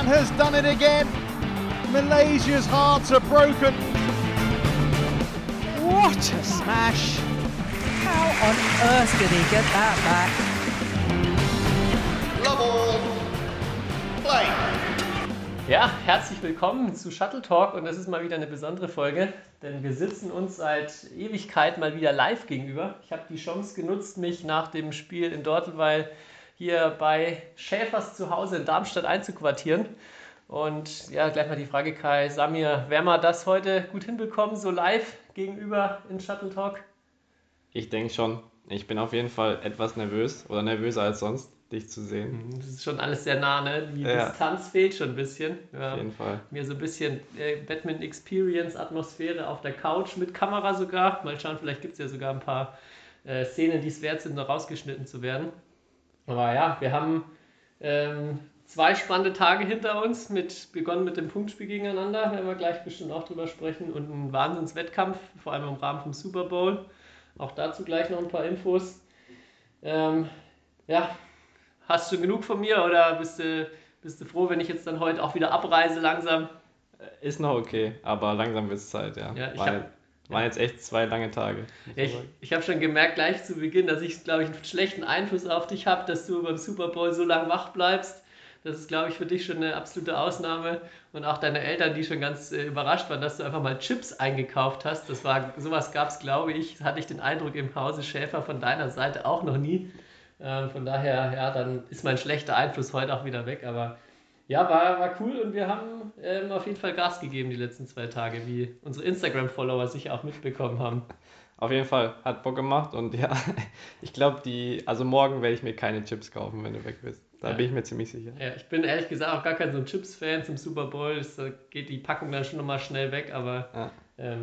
has done it again. Malaysia's hearts are broken. What a smash! How on earth did he get that back? Love all. Play. Ja, herzlich willkommen zu Shuttle Talk und das ist mal wieder eine besondere Folge, denn wir sitzen uns seit Ewigkeit mal wieder live gegenüber. Ich habe die Chance genutzt, mich nach dem Spiel in Dortelweil hier bei Schäfers zu Hause in Darmstadt einzuquartieren. Und ja, gleich mal die Frage, Kai, Samir, werden wir das heute gut hinbekommen, so live gegenüber in Shuttle Talk? Ich denke schon. Ich bin auf jeden Fall etwas nervös oder nervöser als sonst, dich zu sehen. Das ist schon alles sehr nah, ne? Die Ja. Distanz fehlt schon ein bisschen. Ja. Auf jeden Fall. Mir so ein bisschen Badminton Experience Atmosphäre auf der Couch mit Kamera sogar. Mal schauen, vielleicht gibt es ja sogar ein paar Szenen, die es wert sind, noch rausgeschnitten zu werden. Aber ja, wir haben 2 spannende Tage hinter uns, begonnen mit dem Punktspiel gegeneinander, werden wir gleich bestimmt auch drüber sprechen, und einen Wahnsinnswettkampf, vor allem im Rahmen vom Super Bowl. Auch dazu gleich noch ein paar Infos. Ja, hast du genug von mir oder bist du froh, wenn ich jetzt dann heute auch wieder abreise langsam? Ist noch okay, aber langsam wird es Zeit, ja. Ja, Waren jetzt echt 2 lange Tage. Ja, ich habe schon gemerkt gleich zu Beginn, dass ich, glaube ich, einen schlechten Einfluss auf dich habe, dass du beim Super Bowl so lange wach bleibst. Das ist, glaube ich, für dich schon eine absolute Ausnahme. Und auch deine Eltern, die schon ganz überrascht waren, dass du einfach mal Chips eingekauft hast. Sowas gab es, glaube ich, hatte ich den Eindruck, im Hause Schäfer von deiner Seite auch noch nie. Von daher, ja, dann ist mein schlechter Einfluss heute auch wieder weg. Aber ja, war cool und wir haben auf jeden Fall Gas gegeben die letzten 2 Tage, wie unsere Instagram-Follower sicher auch mitbekommen haben. Auf jeden Fall, hat Bock gemacht und ja, ich glaube, also morgen werde ich mir keine Chips kaufen, wenn du weg bist. Da bin ich mir ziemlich sicher. Ja, ich bin ehrlich gesagt auch gar kein so ein Chips-Fan zum Super Bowl. Da geht die Packung dann schon nochmal schnell weg, aber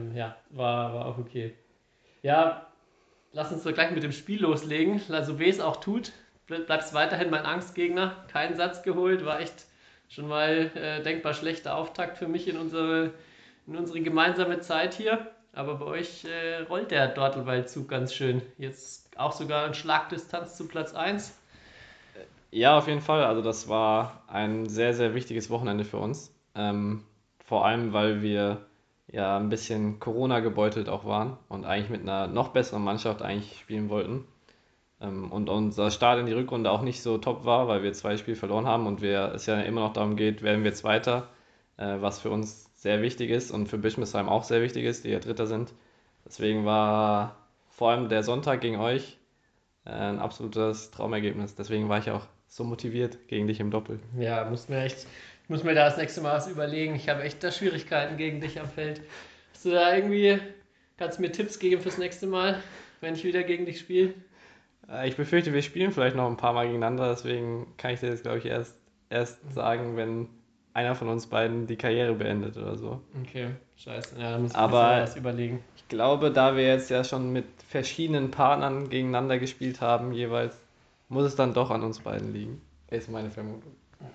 war auch okay. Ja, lass uns doch gleich mit dem Spiel loslegen. Also weh es auch tut, bleibst weiterhin mein Angstgegner. Keinen Satz geholt, war echt schon mal denkbar schlechter Auftakt für mich in unsere gemeinsame Zeit hier. Aber bei euch rollt der Dortelweil-Zug ganz schön. Jetzt auch sogar in Schlagdistanz zu Platz 1. Ja, auf jeden Fall. Also das war ein sehr, sehr wichtiges Wochenende für uns. Vor allem, weil wir ja ein bisschen Corona gebeutelt auch waren und eigentlich mit einer noch besseren Mannschaft eigentlich spielen wollten. Und unser Start in die Rückrunde auch nicht so top war, weil wir 2 Spiele verloren haben und es ja immer noch darum geht, werden wir Zweiter, was für uns sehr wichtig ist und für Bischmisheim auch sehr wichtig ist, die ja Dritter sind. Deswegen war vor allem der Sonntag gegen euch ein absolutes Traumergebnis. Deswegen war ich auch so motiviert gegen dich im Doppel. Ja, ich muss mir da das nächste Mal was überlegen. Ich habe echt da Schwierigkeiten gegen dich am Feld. Kannst du mir Tipps geben fürs nächste Mal, wenn ich wieder gegen dich spiele? Ich befürchte, wir spielen vielleicht noch ein paar Mal gegeneinander, deswegen kann ich dir das, glaube ich, erst sagen, wenn einer von uns beiden die Karriere beendet oder so. Okay, scheiße. Ja, dann muss ich Aber mir was überlegen. Ich glaube, da wir jetzt ja schon mit verschiedenen Partnern gegeneinander gespielt haben, jeweils, muss es dann doch an uns beiden liegen. Ist meine Vermutung.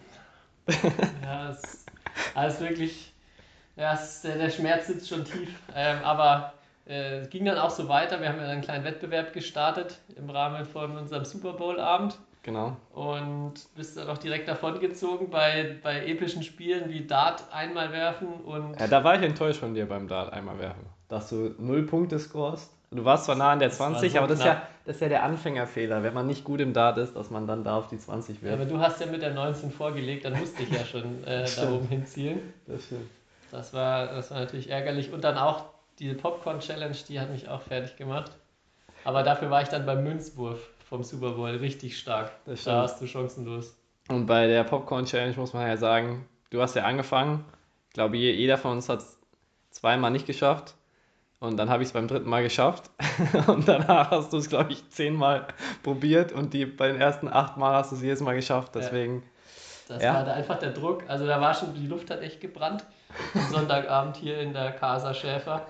Ja, es ist wirklich, ja, der Schmerz sitzt schon tief, aber es ging dann auch so weiter. Wir haben ja einen kleinen Wettbewerb gestartet im Rahmen von unserem Super Bowl-Abend. Genau. Und bist dann auch direkt davongezogen bei epischen Spielen wie Dart einmal werfen und... Ja, da war ich enttäuscht von dir beim Dart einmal werfen. Dass du 0 Punkte scorest. Du warst zwar nah an der 20, so aber das ist ja der Anfängerfehler. Wenn man nicht gut im Dart ist, dass man dann da auf die 20 wirft. Aber du hast ja mit der 19 vorgelegt, dann musste ich ja schon da oben hinzielen. Das stimmt. Das war natürlich ärgerlich. Und dann auch diese Popcorn-Challenge, die hat mich auch fertig gemacht. Aber dafür war ich dann beim Münzwurf vom Super Bowl richtig stark. Da hast du chancenlos. Und bei der Popcorn-Challenge muss man ja sagen, du hast ja angefangen. Ich glaube, jeder von uns hat es 2-mal nicht geschafft. Und dann habe ich es beim 3. Mal geschafft. Und danach hast du es, glaube ich, 10-mal probiert. Und bei den ersten 8 Mal hast du es jedes Mal geschafft. Deswegen. Das war da einfach der Druck. Also da war schon, die Luft hat echt gebrannt. Am Sonntagabend hier in der Casa Schäfer.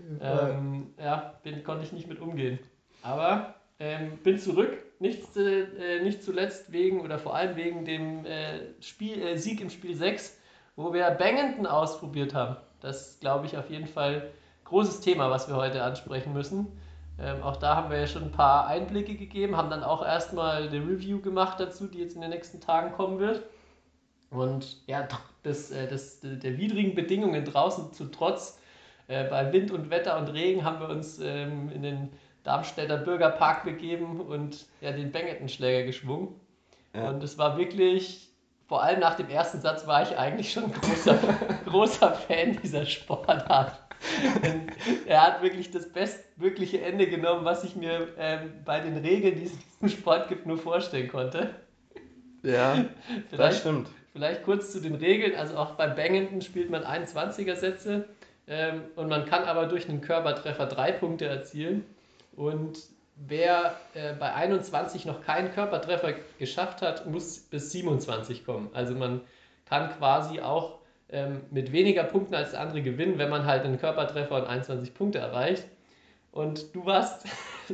Konnte ich nicht mit umgehen. Aber bin zurück. Nicht zuletzt wegen oder vor allem wegen dem Sieg im Spiel 6, wo wir Bangington ausprobiert haben. Das glaube ich auf jeden Fall großes Thema, was wir heute ansprechen müssen. Auch da haben wir ja schon ein paar Einblicke gegeben, haben dann auch erstmal eine Review gemacht dazu, die jetzt in den nächsten Tagen kommen wird. Und ja, der widrigen Bedingungen draußen zu Trotz, bei Wind und Wetter und Regen haben wir uns in den Darmstädter Bürgerpark begeben und ja, den Bengetton-Schläger geschwungen. Ja. Und es war wirklich, vor allem nach dem ersten Satz war ich eigentlich schon großer Fan dieser Sportart. Denn er hat wirklich das bestmögliche Ende genommen, was ich mir bei den Regeln, die es in diesem Sport gibt, nur vorstellen konnte. Ja, das stimmt. Vielleicht kurz zu den Regeln. Also auch beim Bengetton spielt man 21er-Sätze und man kann aber durch einen Körpertreffer 3 Punkte erzielen. Und wer bei 21 noch keinen Körpertreffer geschafft hat, muss bis 27 kommen. Also man kann quasi auch mit weniger Punkten als der andere gewinnen, wenn man halt einen Körpertreffer und 21 Punkte erreicht. Und du warst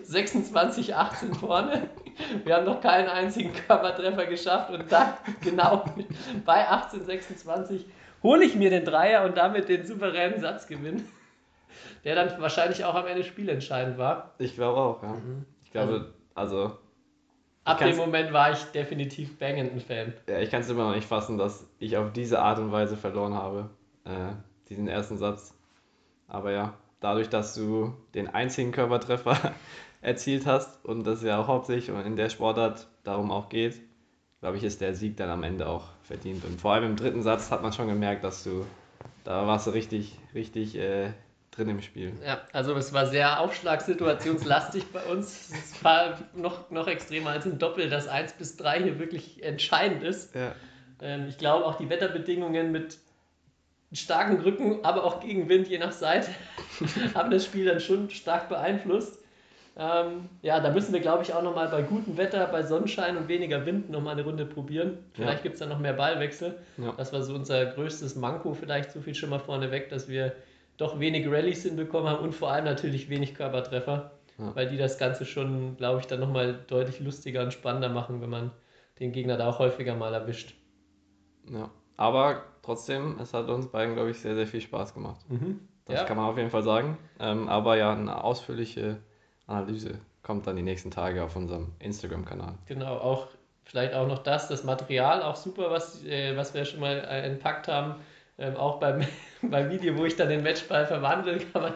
26-18 vorne. Wir haben noch keinen einzigen Körpertreffer geschafft und dann genau bei 18-26 hole ich mir den Dreier und damit den souveränen Satzgewinn, der dann wahrscheinlich auch am Ende spielentscheidend war. Ich glaube auch, ja. Ich glaube, also ab dem Moment war ich definitiv Bengetton-Fan. Ja, ich kann es immer noch nicht fassen, dass ich auf diese Art und Weise verloren habe, diesen ersten Satz. Aber ja, dadurch, dass du den einzigen Körpertreffer erzielt hast und das ja auch hauptsächlich in der Sportart darum auch geht, glaube ich, ist der Sieg dann am Ende auch verdient. Und vor allem im dritten Satz hat man schon gemerkt, da warst du richtig drin im Spiel. Ja, also es war sehr aufschlagssituationslastig bei uns. Es war noch extremer als im Doppel, dass 1-3 hier wirklich entscheidend ist. Ja. Ich glaube auch die Wetterbedingungen mit starken Rücken, aber auch gegen Wind, je nach Seite, haben das Spiel dann schon stark beeinflusst. Ja, da müssen wir, glaube ich, auch nochmal bei gutem Wetter, bei Sonnenschein und weniger Wind nochmal eine Runde probieren. Vielleicht gibt es dann noch mehr Ballwechsel. Ja. Das war so unser größtes Manko, vielleicht so viel schon mal vorneweg, dass wir doch wenig Rallyes hinbekommen haben und vor allem natürlich wenig Körpertreffer, weil die das Ganze schon, glaube ich, dann nochmal deutlich lustiger und spannender machen, wenn man den Gegner da auch häufiger mal erwischt. Ja, aber trotzdem, es hat uns beiden, glaube ich, sehr, sehr viel Spaß gemacht. Das kann man auf jeden Fall sagen. Aber ja, eine ausführliche Analyse kommt dann die nächsten Tage auf unserem Instagram-Kanal. Genau, vielleicht auch noch das Material, auch super, was wir schon mal entpackt haben. Auch beim Video, wo ich dann den Matchball verwandle,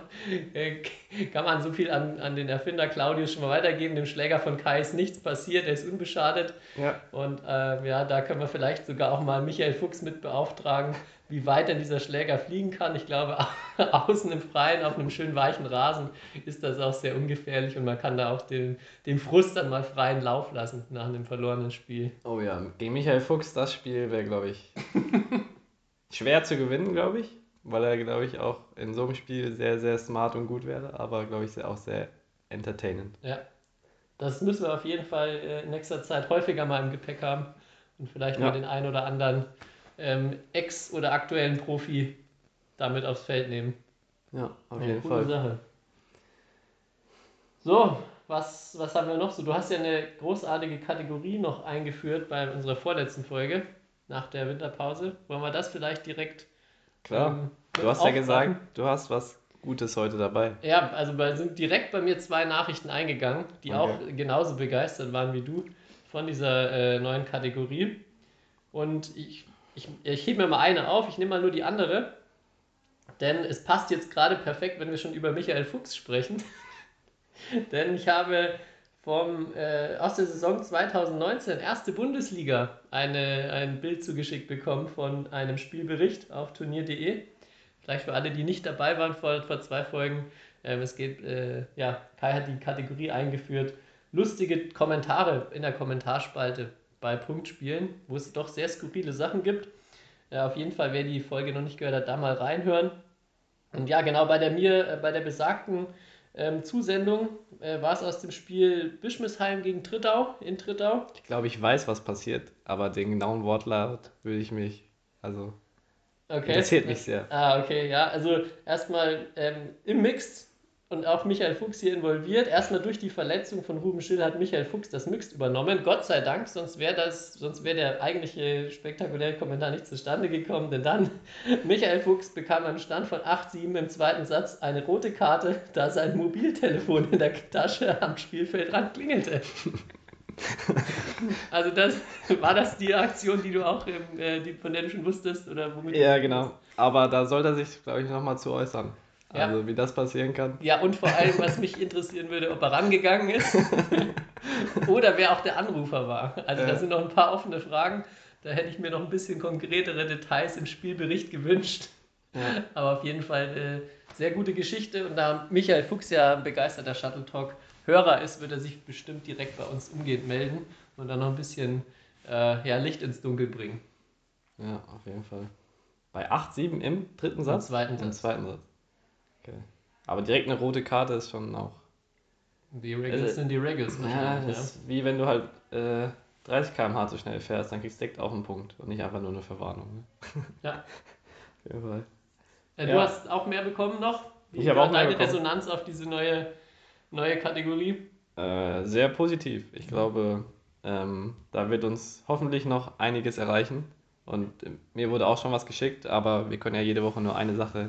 kann man so viel an den Erfinder Claudius schon mal weitergeben. Dem Schläger von Kai ist nichts passiert, er ist unbeschadet. Ja. Und da können wir vielleicht sogar auch mal Michael Fuchs mit beauftragen, wie weit denn dieser Schläger fliegen kann. Ich glaube, außen im Freien, auf einem schönen weichen Rasen, ist das auch sehr ungefährlich und man kann da auch den Frust dann mal freien Lauf lassen nach einem verlorenen Spiel. Oh ja, gegen Michael Fuchs, das Spiel wäre, glaube ich, schwer zu gewinnen, glaube ich, weil er, glaube ich, auch in so einem Spiel sehr, sehr smart und gut wäre, aber, glaube ich, auch sehr entertainend. Ja, das müssen wir auf jeden Fall in nächster Zeit häufiger mal im Gepäck haben und vielleicht mal den einen oder anderen Ex- oder aktuellen Profi damit aufs Feld nehmen. Ja, auf jeden Fall. Coole Sache. So, was haben wir noch so? Du hast ja eine großartige Kategorie noch eingeführt bei unserer vorletzten Folge nach der Winterpause. Wollen wir das vielleicht direkt Klar, du hast ja gesagt, du hast was Gutes heute dabei. Ja, also sind direkt bei mir 2 Nachrichten eingegangen, die auch genauso begeistert waren wie du von dieser neuen Kategorie. Und ich hebe mir mal eine auf, ich nehme mal nur die andere, denn es passt jetzt gerade perfekt, wenn wir schon über Michael Fuchs sprechen. Denn ich habe aus der Saison 2019, erste Bundesliga, ein Bild zugeschickt bekommen von einem Spielbericht auf turnier.de. Vielleicht für alle, die nicht dabei waren vor 2 Folgen. Es geht, Kai hat die Kategorie eingeführt, lustige Kommentare in der Kommentarspalte bei Punktspielen, wo es doch sehr skurrile Sachen gibt. Auf jeden Fall, wer die Folge noch nicht gehört hat, da mal reinhören. Und ja, genau bei der besagten Zusendung war es aus dem Spiel Bischmisheim gegen Trittau in Trittau. Ich glaube, ich weiß, was passiert, aber den genauen Wortlaut würde ich mich, interessiert mich sehr. Okay, ja, also erstmal im Mixed und auch Michael Fuchs hier involviert. Erstmal durch die Verletzung von Ruben Schill hat Michael Fuchs das Mixed übernommen. Gott sei Dank, sonst wäre der eigentliche spektakuläre Kommentar nicht zustande gekommen, denn dann Michael Fuchs bekam am Stand von 8-7 im zweiten Satz eine rote Karte, da sein Mobiltelefon in der Tasche am Spielfeldrand klingelte. Also war das die Aktion, die du auch, von der du schon wusstest? Oder womit Ja, du genau. Aber da sollte er sich, glaube ich, nochmal zu äußern. Ja. Also, wie das passieren kann. Ja, und vor allem, was mich interessieren würde, ob er rangegangen ist oder wer auch der Anrufer war. Also da sind noch ein paar offene Fragen. Da hätte ich mir noch ein bisschen konkretere Details im Spielbericht gewünscht. Ja. Aber auf jeden Fall sehr gute Geschichte. Und da Michael Fuchs ja ein begeisterter Shuttle Talk-Hörer ist, wird er sich bestimmt direkt bei uns umgehend melden und dann noch ein bisschen Licht ins Dunkel bringen. Ja, auf jeden Fall. Bei 8-7 im dritten Satz? zweiten Im Satz. zweiten Satz. Okay. Aber direkt eine rote Karte ist schon auch. Die Regals sind die Regals Ja, wahrscheinlich. das ist wie wenn du halt 30 km/h zu schnell fährst, dann kriegst du direkt auch einen Punkt und nicht einfach nur eine Verwarnung. Ne? Ja. Auf jeden Fall. Du Ja. hast auch mehr bekommen noch? Ich habe auch mehr deine bekommen. Resonanz auf diese neue Kategorie? Sehr positiv. Ich glaube, da wird uns hoffentlich noch einiges erreichen. Und mir wurde auch schon was geschickt, aber wir können ja jede Woche nur eine Sache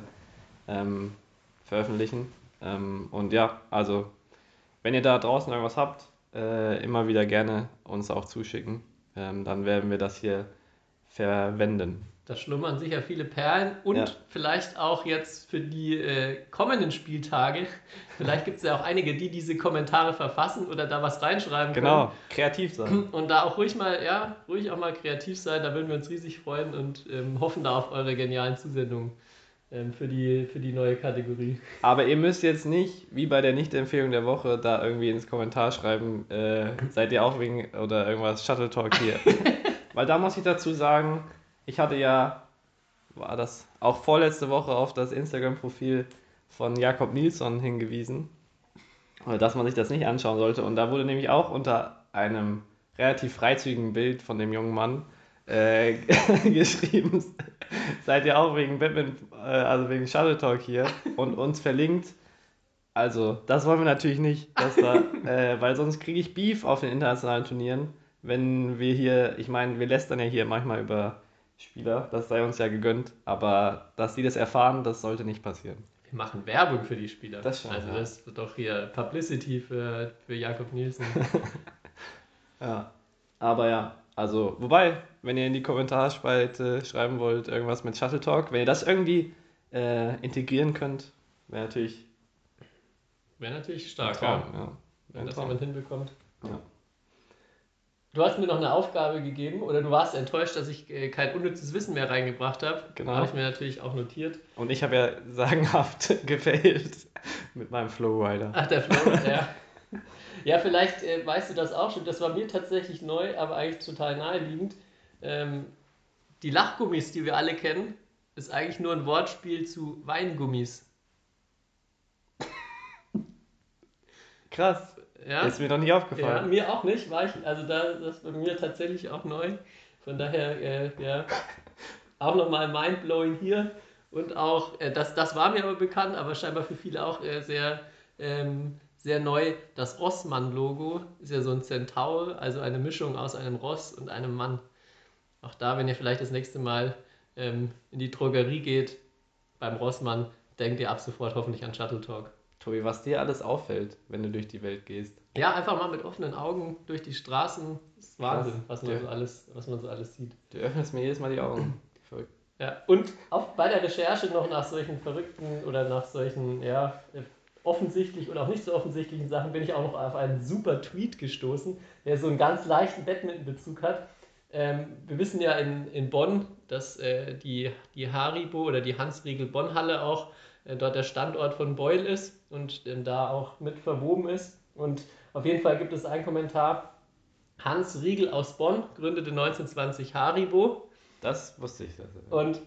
veröffentlichen. Und ja, also wenn ihr da draußen irgendwas habt, immer wieder gerne uns auch zuschicken. Dann werden wir das hier verwenden. Da schlummern sicher viele Perlen und Ja. vielleicht auch jetzt für die kommenden Spieltage. Vielleicht gibt es ja auch einige, die diese Kommentare verfassen oder da was reinschreiben Genau, kreativ sein. können. Und da auch ruhig auch mal kreativ sein, da würden wir uns riesig freuen und hoffen da auf eure genialen Zusendungen für die neue Kategorie. Aber ihr müsst jetzt nicht, wie bei der Nicht-Empfehlung der Woche, da irgendwie ins Kommentar schreiben, seid ihr auch wegen oder irgendwas Shuttle Talk hier. Weil da muss ich dazu sagen, ich hatte ja, war das auch vorletzte Woche auf das Instagram-Profil von Jakob Nilsson hingewiesen, dass man sich das nicht anschauen sollte. Und da wurde nämlich auch unter einem relativ freizügigen Bild von dem jungen Mann geschrieben, seid ihr auch wegen Batman, also wegen Shuttle Talk hier und uns verlinkt. Also, das wollen wir natürlich nicht, dass da, weil sonst kriege ich Beef auf den internationalen Turnieren, wenn wir hier, ich meine, wir lästern ja hier manchmal über Spieler, das sei uns ja gegönnt, aber dass die das erfahren, das sollte nicht passieren. Wir machen Werbung für die Spieler. Das schon, also ja. das ist doch hier Publicity für Jakob Nielsen. Ja, aber ja, also, wobei, wenn ihr in die Kommentarspalte schreiben wollt, irgendwas mit Shuttle Talk, wenn ihr das irgendwie integrieren könnt, wäre natürlich Wäre natürlich ein stark, Traum. ja, Ja. wenn Ein das Traum. jemand hinbekommt. Ja. Du hast mir noch eine Aufgabe gegeben oder du warst enttäuscht, dass ich kein unnützes Wissen mehr reingebracht habe. Genau. Habe ich mir natürlich auch notiert. Und ich habe ja sagenhaft gefailt mit meinem Flowrider. Ach, der Flo, ja. Ja, vielleicht weißt du das auch schon. Das war mir tatsächlich neu, aber eigentlich total naheliegend. Die Lachgummis, die wir alle kennen, ist eigentlich nur ein Wortspiel zu Weingummis. Krass, Ja? ist mir noch nie Ja, aufgefallen. mir auch nicht. Das ist bei mir tatsächlich auch neu. Von daher, auch nochmal mindblowing hier. Und auch, das war mir aber bekannt, aber scheinbar für viele auch sehr neu. Das Rossmann-Logo ist ja so ein Zentaur, also eine Mischung aus einem Ross und einem Mann. Auch da, wenn ihr vielleicht das nächste Mal in die Drogerie geht, beim Rossmann, denkt ihr ab sofort hoffentlich an Shuttle Talk. Tobi, was dir alles auffällt, wenn du durch die Welt gehst. Ja, einfach mal mit offenen Augen durch die Straßen. Das ist Wahnsinn, Krass. was man so alles sieht. Du öffnest mir jedes Mal die Augen. Verrückt. Ja, und auch bei der Recherche noch nach solchen verrückten oder nach solchen, offensichtlich oder auch nicht so offensichtlichen Sachen bin ich auch noch auf einen super Tweet gestoßen, der so einen ganz leichten Badminton-Bezug hat. Wir wissen ja in Bonn, dass die Haribo oder die Hans-Riegel-Bonn-Halle auch dort der Standort von Beul ist und da auch mit verwoben ist. Und auf jeden Fall gibt es einen Kommentar. Hans Riegel aus Bonn gründete 1920 Haribo. Das wusste ich. Und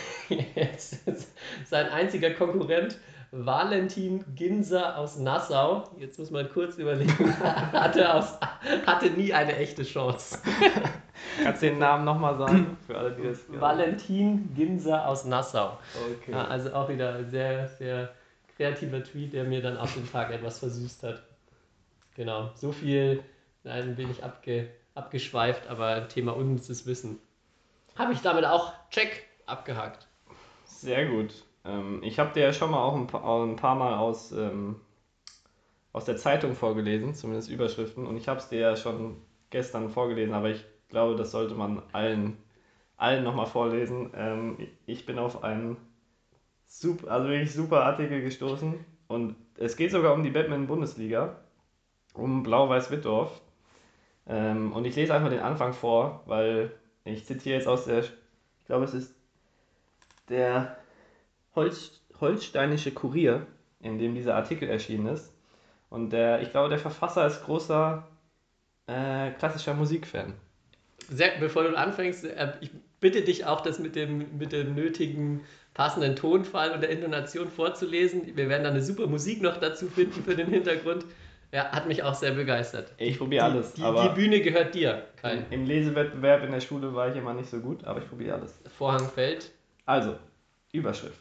sein einziger Konkurrent, Valentin Ginser aus Nassau, jetzt muss man kurz überlegen, hatte nie eine echte Chance. Kannst du den Namen nochmal sagen? Für alle, die das Valentin Ginser aus Nassau. Okay. Ja, also auch wieder ein sehr, sehr kreativer Tweet, der mir dann auf den Tag etwas versüßt hat. Genau, so viel, ein wenig abgeschweift, aber Thema unnützes Wissen. Habe ich damit auch check abgehakt. Sehr gut. Ich habe dir ja schon mal auch ein paar Mal aus der Zeitung vorgelesen, zumindest Überschriften. Und ich habe es dir ja schon gestern vorgelesen, aber ich glaube, das sollte man allen nochmal vorlesen. Ich bin auf einen wirklich super Artikel gestoßen und es geht sogar um die Badminton-Bundesliga, um Blau-Weiß-Wittdorf. Und ich lese einfach den Anfang vor, weil ich zitiere jetzt ich glaube, es ist der Holsteinische Kurier, in dem dieser Artikel erschienen ist. Und ich glaube, der Verfasser ist großer klassischer Musikfan. Bevor du anfängst, ich bitte dich auch, das mit dem nötigen passenden Tonfall und der Intonation vorzulesen. Wir werden dann eine super Musik noch dazu finden für den Hintergrund. Ja, hat mich auch sehr begeistert. Ich probiere alles. Die Bühne gehört dir, Kai. Im Lesewettbewerb in der Schule war ich immer nicht so gut, aber ich probiere alles. Vorhang fällt. Also, Überschrift.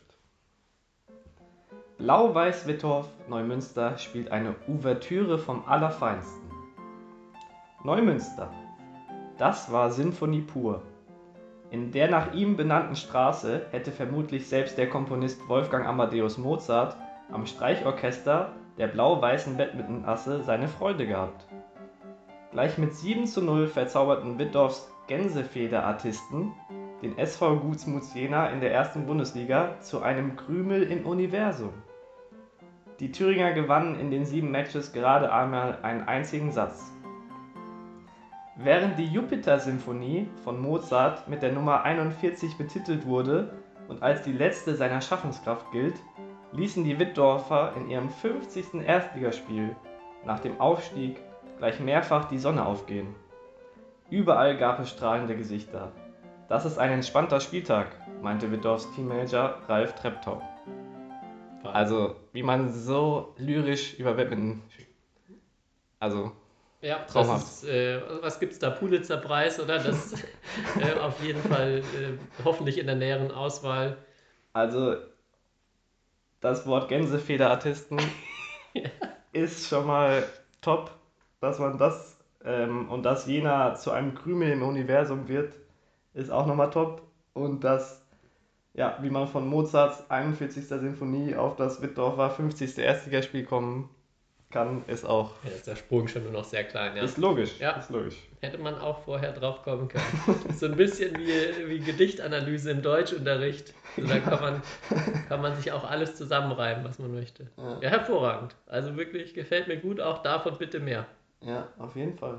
Blau-Weiß-Wittorf Neumünster spielt eine Ouvertüre vom Allerfeinsten. Neumünster. Das war Sinfonie pur. In der nach ihm benannten Straße hätte vermutlich selbst der Komponist Wolfgang Amadeus Mozart am Streichorchester der blau-weißen Badminton-Asse seine Freude gehabt. Gleich mit 7:0 verzauberten Wittdorfs Gänsefeder-Artisten den SV Gutsmuts Jena in der ersten Bundesliga zu einem Krümel im Universum. Die Thüringer gewannen in den 7 Matches gerade einmal einen einzigen Satz. Während die Jupiter-Symphonie von Mozart mit der Nummer 41 betitelt wurde und als die letzte seiner Schaffenskraft gilt, ließen die Wittdorfer in ihrem 50. Erstligaspiel nach dem Aufstieg gleich mehrfach die Sonne aufgehen. Überall gab es strahlende Gesichter. Das ist ein entspannter Spieltag, meinte Wittdorfs Teammanager Ralf Treptow. Also, wie man so lyrisch über Badminton... Also, ja, traumhaft. Was gibt's da? Pulitzer-Preis, oder? Das auf jeden Fall hoffentlich in der näheren Auswahl. Also, das Wort Gänsefeder-Artisten ist schon mal top, dass man das und dass Jena zu einem Krümel im Universum wird, ist auch nochmal top. Und dass, ja, wie man von Mozarts 41. Sinfonie auf das Wittdorfer 50. Erstligaspiel kommen kann, ist auch... Ja, ist der Sprung schon nur noch sehr klein, ja. Ist logisch, ja. Ist logisch. Hätte man auch vorher drauf kommen können. So ein bisschen wie Gedichtanalyse im Deutschunterricht. So, da kann man sich auch alles zusammenreimen, was man möchte. Ja, hervorragend. Also wirklich, gefällt mir gut, auch davon bitte mehr. Ja, auf jeden Fall.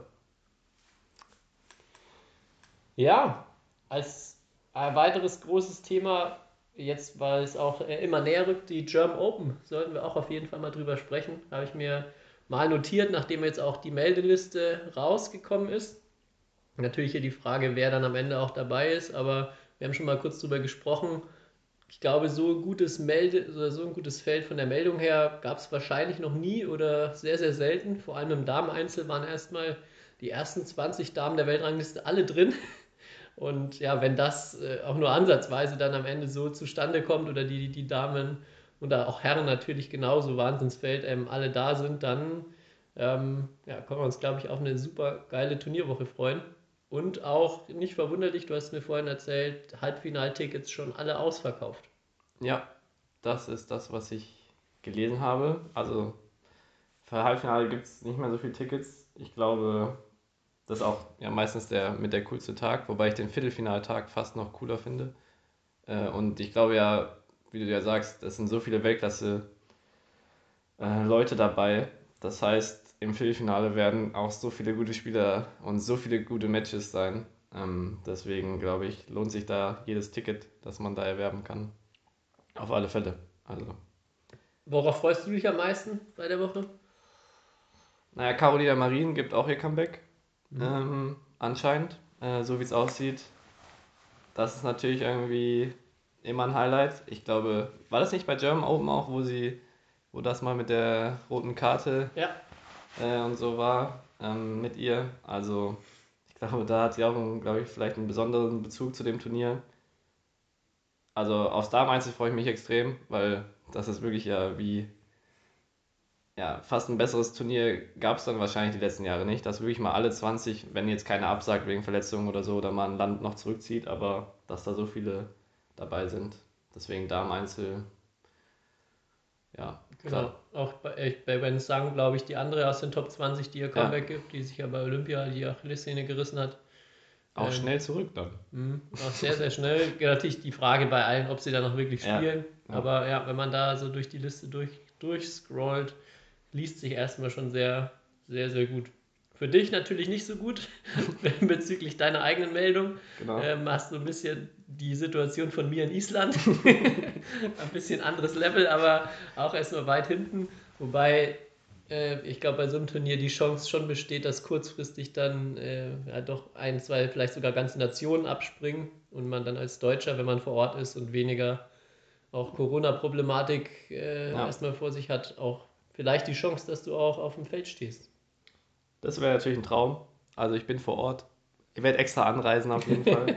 Ja, als weiteres großes Thema, jetzt weil es auch immer näher rückt, die German Open, sollten wir auch auf jeden Fall mal drüber sprechen. Habe ich mir mal notiert, nachdem jetzt auch die Meldeliste rausgekommen ist. Natürlich hier die Frage, wer dann am Ende auch dabei ist, aber wir haben schon mal kurz drüber gesprochen. Ich glaube, so ein gutes Feld von der Meldung her gab es wahrscheinlich noch nie oder sehr, sehr selten. Vor allem im Dameneinzel waren erstmal die ersten 20 Damen der Weltrangliste alle drin. Und ja, wenn das auch nur ansatzweise dann am Ende so zustande kommt oder die Damen und auch Herren natürlich genauso Wahnsinnsfeld alle da sind, dann können wir uns, glaube ich, auf eine super geile Turnierwoche freuen. Und auch nicht verwunderlich, du hast mir vorhin erzählt, Halbfinaltickets schon alle ausverkauft. Ja, das ist das, was ich gelesen habe. Also für Halbfinale gibt es nicht mehr so viele Tickets. Ich glaube, das ist auch meistens mit der coolste Tag, wobei ich den Viertelfinaltag fast noch cooler finde. Und ich glaube ja, wie du ja sagst, es sind so viele Weltklasse Leute dabei. Das heißt, im Viertelfinale werden auch so viele gute Spieler und so viele gute Matches sein. Deswegen glaube ich, lohnt sich da jedes Ticket, das man da erwerben kann. Auf alle Fälle. Also. Worauf freust du dich am meisten bei der Woche? Naja, Carolina Marin gibt auch ihr Comeback. Anscheinend, so wie es aussieht. Das ist natürlich irgendwie immer ein Highlight. Ich glaube, war das nicht bei German Open auch, wo das mal mit der roten Karte und so war mit ihr. Also ich glaube, da hat sie auch, glaube ich, vielleicht einen besonderen Bezug zu dem Turnier. Also aufs Damen-Einzel freue ich mich extrem, weil das ist wirklich fast ein besseres Turnier gab es dann wahrscheinlich die letzten Jahre nicht, dass wirklich mal alle 20, wenn jetzt keiner absagt wegen Verletzungen oder so, oder mal ein Land noch zurückzieht, aber dass da so viele dabei sind. Deswegen Damen-Einzel, ja, Genau. Auch bei Wensang, glaube ich, die andere aus den Top 20, die ihr Comeback gibt, die sich ja bei Olympia die Achillessehne gerissen hat. auch schnell zurück dann. Auch sehr, sehr schnell. Natürlich die Frage bei allen, ob sie da noch wirklich Ja, spielen. ja. Aber ja, wenn man da so durch die Liste durchscrollt, liest sich erstmal schon sehr, sehr, sehr gut. Für dich natürlich nicht so gut bezüglich deiner eigenen Meldung. Genau. Hast du ein bisschen die Situation von mir in Island. Ein bisschen anderes Level, aber auch erstmal weit hinten. Wobei ich glaube, bei so einem Turnier die Chance schon besteht, dass kurzfristig dann ja, doch ein, zwei, vielleicht sogar ganze Nationen abspringen und man dann als Deutscher, wenn man vor Ort ist und weniger auch Corona-Problematik erstmal vor sich hat, auch vielleicht die Chance, dass du auch auf dem Feld stehst. Das wäre natürlich ein Traum. Also ich bin vor Ort. Ich werde extra anreisen auf jeden Fall.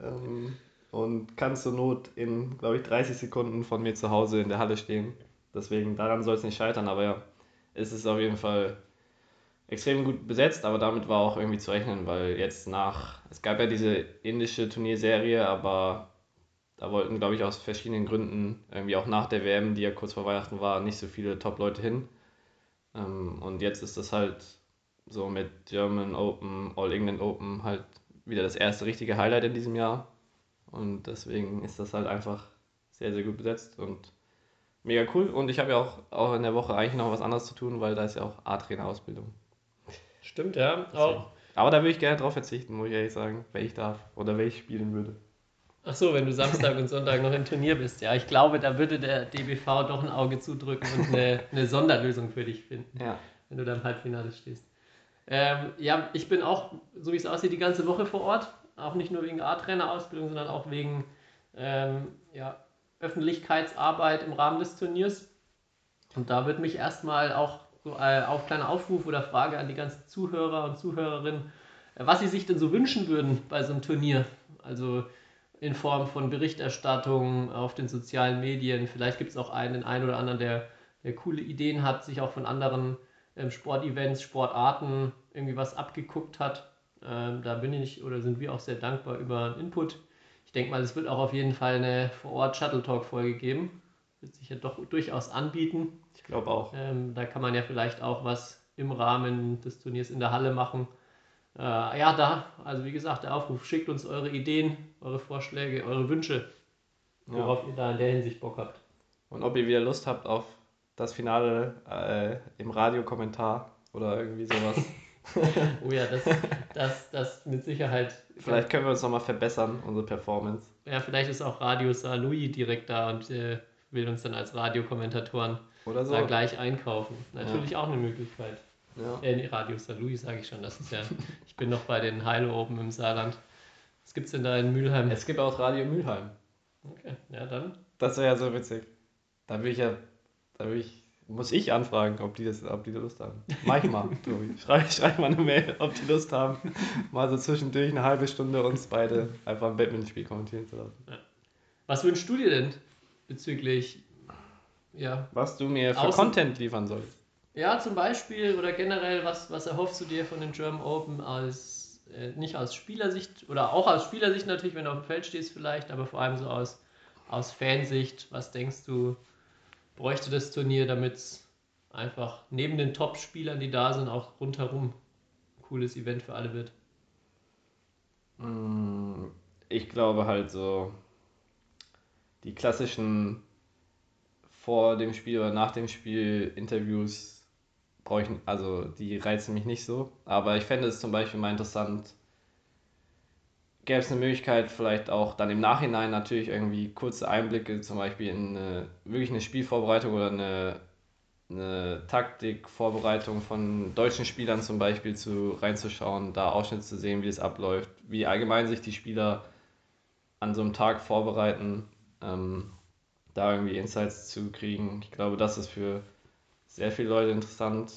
Und kann zur Not in, glaube ich, 30 Sekunden von mir zu Hause in der Halle stehen. Deswegen, daran soll es nicht scheitern. Aber ja, es ist auf jeden Fall extrem gut besetzt. Aber damit war auch irgendwie zu rechnen, weil es gab ja diese indische Turnierserie, aber da wollten, glaube ich, aus verschiedenen Gründen, irgendwie auch nach der WM, die ja kurz vor Weihnachten war, nicht so viele Top-Leute hin. Und jetzt ist das halt so mit German Open, All England Open halt wieder das erste richtige Highlight in diesem Jahr. Und deswegen ist das halt einfach sehr, sehr gut besetzt und mega cool. Und ich habe ja auch in der Woche eigentlich noch was anderes zu tun, weil da ist ja auch A-Trainer-Ausbildung. Stimmt, ja. Deswegen. Auch. Aber da würde ich gerne drauf verzichten, muss ich ehrlich sagen, wenn ich darf oder wenn ich spielen würde. Ach so, wenn du Samstag und Sonntag noch im Turnier bist. Ja, ich glaube, da würde der DBV doch ein Auge zudrücken und eine Sonderlösung für dich finden, Ja. wenn du da im Halbfinale stehst. Ja, ich bin auch, so wie es aussieht, die ganze Woche vor Ort. Auch nicht nur wegen A-Trainer-Ausbildung, sondern auch wegen ja, Öffentlichkeitsarbeit im Rahmen des Turniers. Und da wird mich erstmal auch so auf kleiner Aufruf oder Frage an die ganzen Zuhörer und Zuhörerinnen, was sie sich denn so wünschen würden bei so einem Turnier. Also in Form von Berichterstattung auf den sozialen Medien. Vielleicht gibt es auch den einen oder anderen, der coole Ideen hat, sich auch von anderen Sportevents, Sportarten irgendwie was abgeguckt hat. Da bin ich oder sind wir auch sehr dankbar über einen Input. Ich denke mal, es wird auch auf jeden Fall eine Vor-Ort-Shuttle-Talk-Folge geben. Wird sich ja doch durchaus anbieten. Ich glaube auch. Da kann man ja vielleicht auch was im Rahmen des Turniers in der Halle machen. Ja, also wie gesagt, der Aufruf, schickt uns eure Ideen, eure Vorschläge, eure Wünsche, worauf ihr da in der Hinsicht Bock habt. Und ob ihr wieder Lust habt auf das Finale im Radiokommentar oder irgendwie sowas. Oh ja, das mit Sicherheit. Vielleicht können wir uns nochmal verbessern, unsere Performance. Ja, vielleicht ist auch Radio Saarlouis direkt da und will uns dann als Radiokommentatoren Oder so. da gleich einkaufen. Natürlich auch eine Möglichkeit. Ja. Nee, Radio Saarlouis sage ich schon, das ist ja, ich bin noch bei den Heilo oben im Saarland. Was gibt's denn da in Mülheim? Es gibt auch Radio Mülheim. Okay, ja dann. Das wäre ja so witzig. Muss ich anfragen, ob die da Lust haben. Manchmal, Tobi. Schreib mal eine Mail, ob die Lust haben, mal so zwischendurch eine halbe Stunde uns beide einfach ein Badmintonspiel kommentieren zu lassen. Ja. Was wünschst du dir denn bezüglich, ja, Was du mir für Content liefern sollst. Ja, zum Beispiel oder generell, was erhoffst du dir von den German Open als, nicht aus Spielersicht oder auch aus Spielersicht natürlich, wenn du auf dem Feld stehst vielleicht, aber vor allem so aus Fansicht, was denkst du, bräuchte das Turnier, damit es einfach neben den Top-Spielern, die da sind, auch rundherum ein cooles Event für alle wird? Ich glaube halt so, die klassischen vor dem Spiel oder nach dem Spiel Interviews also die reizen mich nicht so. Aber ich fände es zum Beispiel mal interessant, gäbe es eine Möglichkeit, vielleicht auch dann im Nachhinein natürlich irgendwie kurze Einblicke, zum Beispiel in wirklich eine Spielvorbereitung oder eine Taktikvorbereitung von deutschen Spielern zum Beispiel reinzuschauen, da Ausschnitte zu sehen, wie es abläuft, wie allgemein sich die Spieler an so einem Tag vorbereiten, da irgendwie Insights zu kriegen. Ich glaube, das ist für sehr viele Leute interessant.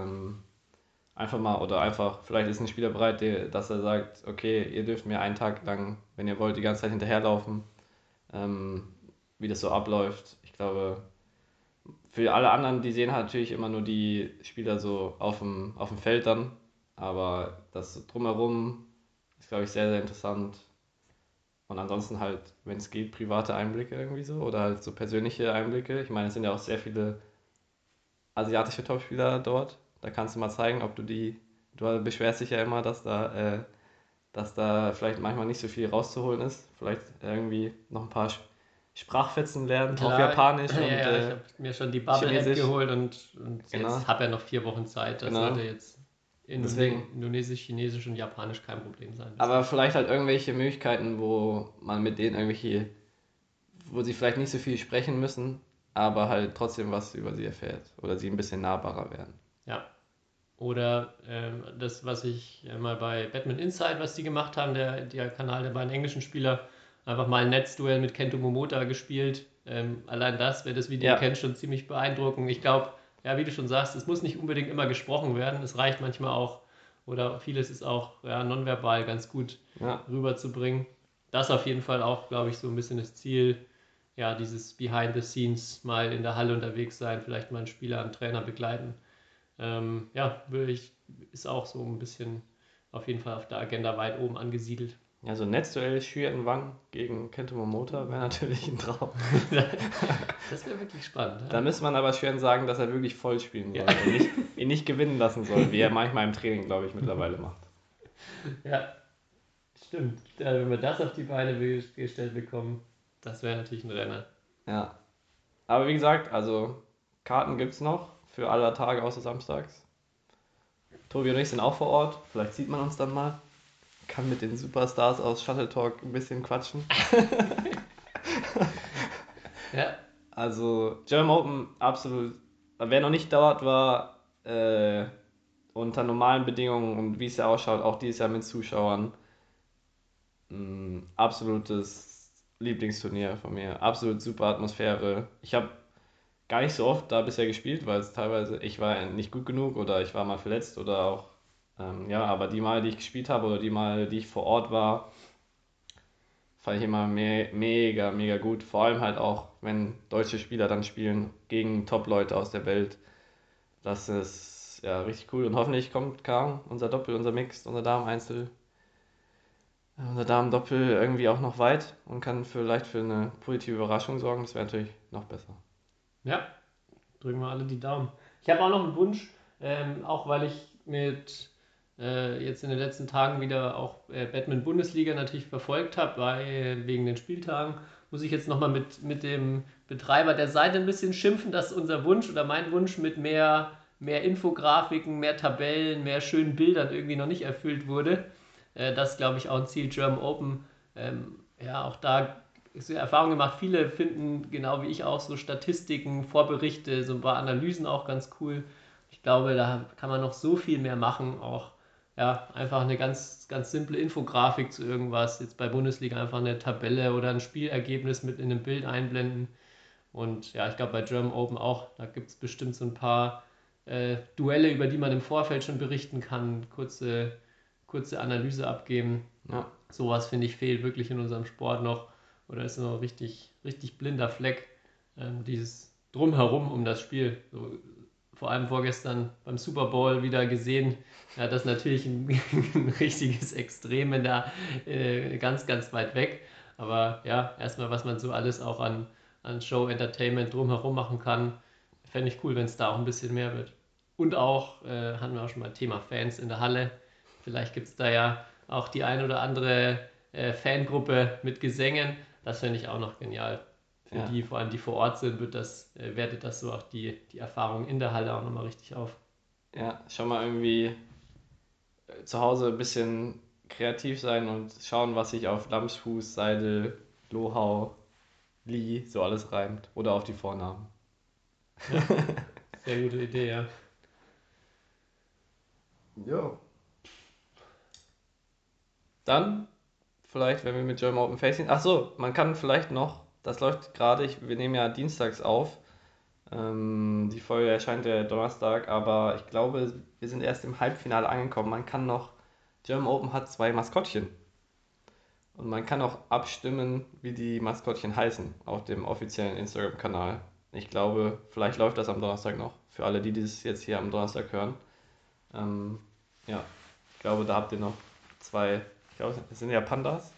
Vielleicht ist ein Spieler bereit, dass er sagt, okay, ihr dürft mir einen Tag lang, wenn ihr wollt, die ganze Zeit hinterherlaufen, wie das so abläuft. Ich glaube, für alle anderen, die sehen halt natürlich immer nur die Spieler so auf dem Feld dann, aber das drumherum ist, glaube ich, sehr, sehr interessant. Und ansonsten halt, wenn es geht, private Einblicke irgendwie so oder halt so persönliche Einblicke. Ich meine, es sind ja auch sehr viele asiatische Topspieler dort. Da kannst du mal zeigen, ob du beschwerst dich ja immer, dass da vielleicht manchmal nicht so viel rauszuholen ist. Vielleicht irgendwie noch ein paar Sprachfetzen lernen auf Japanisch ja, und ja, ich habe mir schon die Bubble-App Chinesisch. geholt und Genau. jetzt habe ja noch 4 Wochen Zeit. Das Genau. sollte jetzt Deswegen. Indonesisch, Chinesisch und Japanisch kein Problem sein. Aber vielleicht halt irgendwelche Möglichkeiten, wo man mit denen wo sie vielleicht nicht so viel sprechen müssen, aber halt trotzdem was über sie erfährt oder sie ein bisschen nahbarer werden. Ja. Oder das, was ich mal bei Batman Insight, was die gemacht haben, der Kanal der beiden englischen Spieler, einfach mal ein Netzduell mit Kento Momota gespielt. Allein das, wer das Video kennt, schon ziemlich beeindruckend. Ich glaube, ja, wie du schon sagst, es muss nicht unbedingt immer gesprochen werden. Es reicht manchmal auch, oder vieles ist auch nonverbal ganz gut rüberzubringen. Das auf jeden Fall auch, glaube ich, so ein bisschen das Ziel, ja, dieses Behind the Scenes, mal in der Halle unterwegs sein, vielleicht mal einen Spieler, einen Trainer begleiten. Ist auch so ein bisschen auf jeden Fall auf der Agenda weit oben angesiedelt. Ja, so ein Netzduell Xuan Wang gegen Kento Momota wäre natürlich ein Traum. Das wäre wirklich spannend. Ja? Da müsste man aber Xuan sagen, dass er wirklich voll spielen soll und ihn nicht gewinnen lassen soll, wie er manchmal im Training, glaube ich, mittlerweile macht. Ja, stimmt. Ja, wenn wir das auf die Beine gestellt bekommen, das wäre natürlich ein Renner. Ja. Aber wie gesagt, also Karten gibt es noch für alle Tage außer samstags. Tobi und ich sind auch vor Ort. Vielleicht sieht man uns dann mal. Kann mit den Superstars aus Shuttle Talk ein bisschen quatschen. Ja. Also German Open absolut. Wer noch nicht dort war, unter normalen Bedingungen und wie es ja ausschaut, auch dieses Jahr mit Zuschauern, absolutes Lieblingsturnier von mir. Absolut super Atmosphäre. Ich habe gar nicht so oft da bisher gespielt, weil es teilweise, ich war nicht gut genug oder ich war mal verletzt oder auch, aber die Male, die ich gespielt habe oder die Male, die ich vor Ort war, fand ich immer mega, mega gut. Vor allem halt auch, wenn deutsche Spieler dann spielen gegen Top-Leute aus der Welt. Das ist ja richtig cool und hoffentlich kommt unser Doppel, unser Mixed, unser Damen-Einzel, unser Damen-Doppel irgendwie auch noch weit und kann vielleicht für eine positive Überraschung sorgen. Das wäre natürlich noch besser. Ja, drücken wir alle die Daumen. Ich habe auch noch einen Wunsch, auch weil ich mit jetzt in den letzten Tagen wieder auch Badminton-Bundesliga natürlich verfolgt habe, wegen den Spieltagen, muss ich jetzt nochmal mit dem Betreiber der Seite ein bisschen schimpfen, dass unser Wunsch oder mein Wunsch mit mehr Infografiken, mehr Tabellen, mehr schönen Bildern irgendwie noch nicht erfüllt wurde. Das ist, glaube ich, auch ein Ziel German Open. Auch da ist die Erfahrung gemacht, viele finden, genau wie ich auch, so Statistiken, Vorberichte, so ein paar Analysen auch ganz cool. Ich glaube, da kann man noch so viel mehr machen, auch einfach eine ganz, ganz simple Infografik zu irgendwas, jetzt bei Bundesliga einfach eine Tabelle oder ein Spielergebnis mit in einem Bild einblenden. Und ja, ich glaube bei German Open auch, da gibt es bestimmt so ein paar Duelle, über die man im Vorfeld schon berichten kann, kurze Analyse abgeben. Ja. Sowas, finde ich, fehlt wirklich in unserem Sport noch. Oder ist noch ein richtig, richtig blinder Fleck, dieses Drumherum um das Spiel. So, vor allem vorgestern beim Super Bowl wieder gesehen, das ist natürlich ein richtiges Extrem ganz, ganz weit weg. Aber ja, erstmal, was man so alles auch an Show, Entertainment drumherum machen kann, fände ich cool, wenn es da auch ein bisschen mehr wird. Und auch, hatten wir auch schon mal Thema Fans in der Halle. Vielleicht gibt es da ja auch die ein oder andere Fangruppe mit Gesängen. Das fände ich auch noch genial. Für die, vor allem die vor Ort sind, wertet das so auch die Erfahrung in der Halle auch nochmal richtig auf. Ja, schon mal irgendwie zu Hause ein bisschen kreativ sein und schauen, was sich auf Lamsfuß, Seidel, Lohau, Lee so alles reimt. Oder auf die Vornamen. Ja, sehr gute Idee, ja. Jo. Dann, vielleicht, wenn wir mit German Open Facing. Achso, man kann vielleicht noch, das läuft gerade, wir nehmen ja dienstags auf. Die Folge erscheint ja Donnerstag, aber ich glaube, wir sind erst im Halbfinale angekommen. Man kann noch, German Open hat 2 Maskottchen. Und man kann auch abstimmen, wie die Maskottchen heißen, auf dem offiziellen Instagram-Kanal. Ich glaube, vielleicht läuft das am Donnerstag noch, für alle, die das jetzt hier am Donnerstag hören. Ich glaube, da habt ihr noch 2, ich glaube, das sind ja Pandas.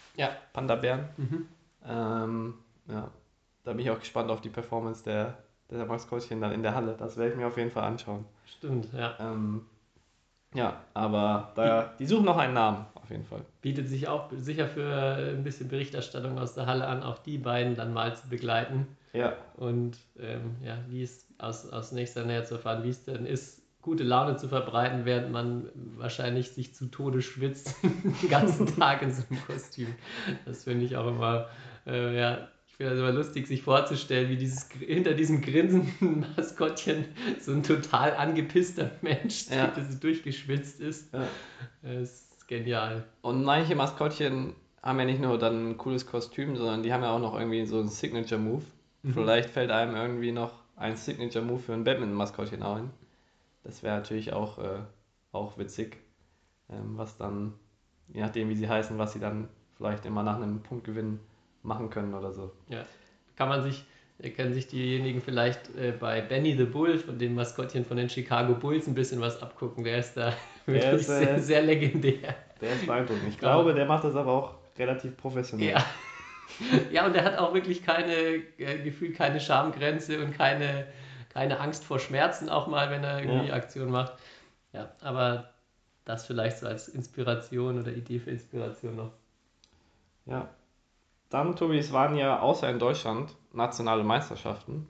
Ja. Panda-Bären. Mhm. Ja, da bin ich auch gespannt auf die Performance der Maskottchen dann in der Halle. Das werde ich mir auf jeden Fall anschauen. Stimmt, ja. Ja, aber die suchen noch einen Namen, auf jeden Fall. Bietet sich auch sicher für ein bisschen Berichterstattung aus der Halle an, auch die beiden dann mal zu begleiten. Ja, Und wie es aus nächster Nähe zu erfahren, wie es denn ist, gute Laune zu verbreiten, während man wahrscheinlich sich zu Tode schwitzt den ganzen Tag in so einem Kostüm. Das finde ich auch immer, ich finde das immer lustig, sich vorzustellen, wie hinter diesem grinsenden Maskottchen so ein total angepisster Mensch steht, der so durchgeschwitzt ist. ja. Das ist genial. Und manche Maskottchen haben ja nicht nur dann ein cooles Kostüm, sondern die haben ja auch noch irgendwie so einen Signature-Move. Vielleicht fällt einem irgendwie noch ein Signature-Move für ein Badminton-Maskottchen ein. Das wäre natürlich auch witzig, was dann, je nachdem wie sie heißen, was sie dann vielleicht immer nach einem Punktgewinn machen können oder so. Ja, können sich diejenigen vielleicht bei Benny the Bull, von dem Maskottchen von den Chicago Bulls, ein bisschen was abgucken. Der ist da wirklich sehr, sehr legendär. Der ist beeindruckend. Ich glaube, der macht das aber auch relativ professionell. Ja. Ja, und der hat auch wirklich gefühlt keine Schamgrenze und keine Angst vor Schmerzen auch mal, wenn er irgendwie Aktion macht. Ja, aber das vielleicht so als Inspiration oder Idee für Inspiration noch. Ja. Dann, Tobi, es waren ja außer in Deutschland nationale Meisterschaften.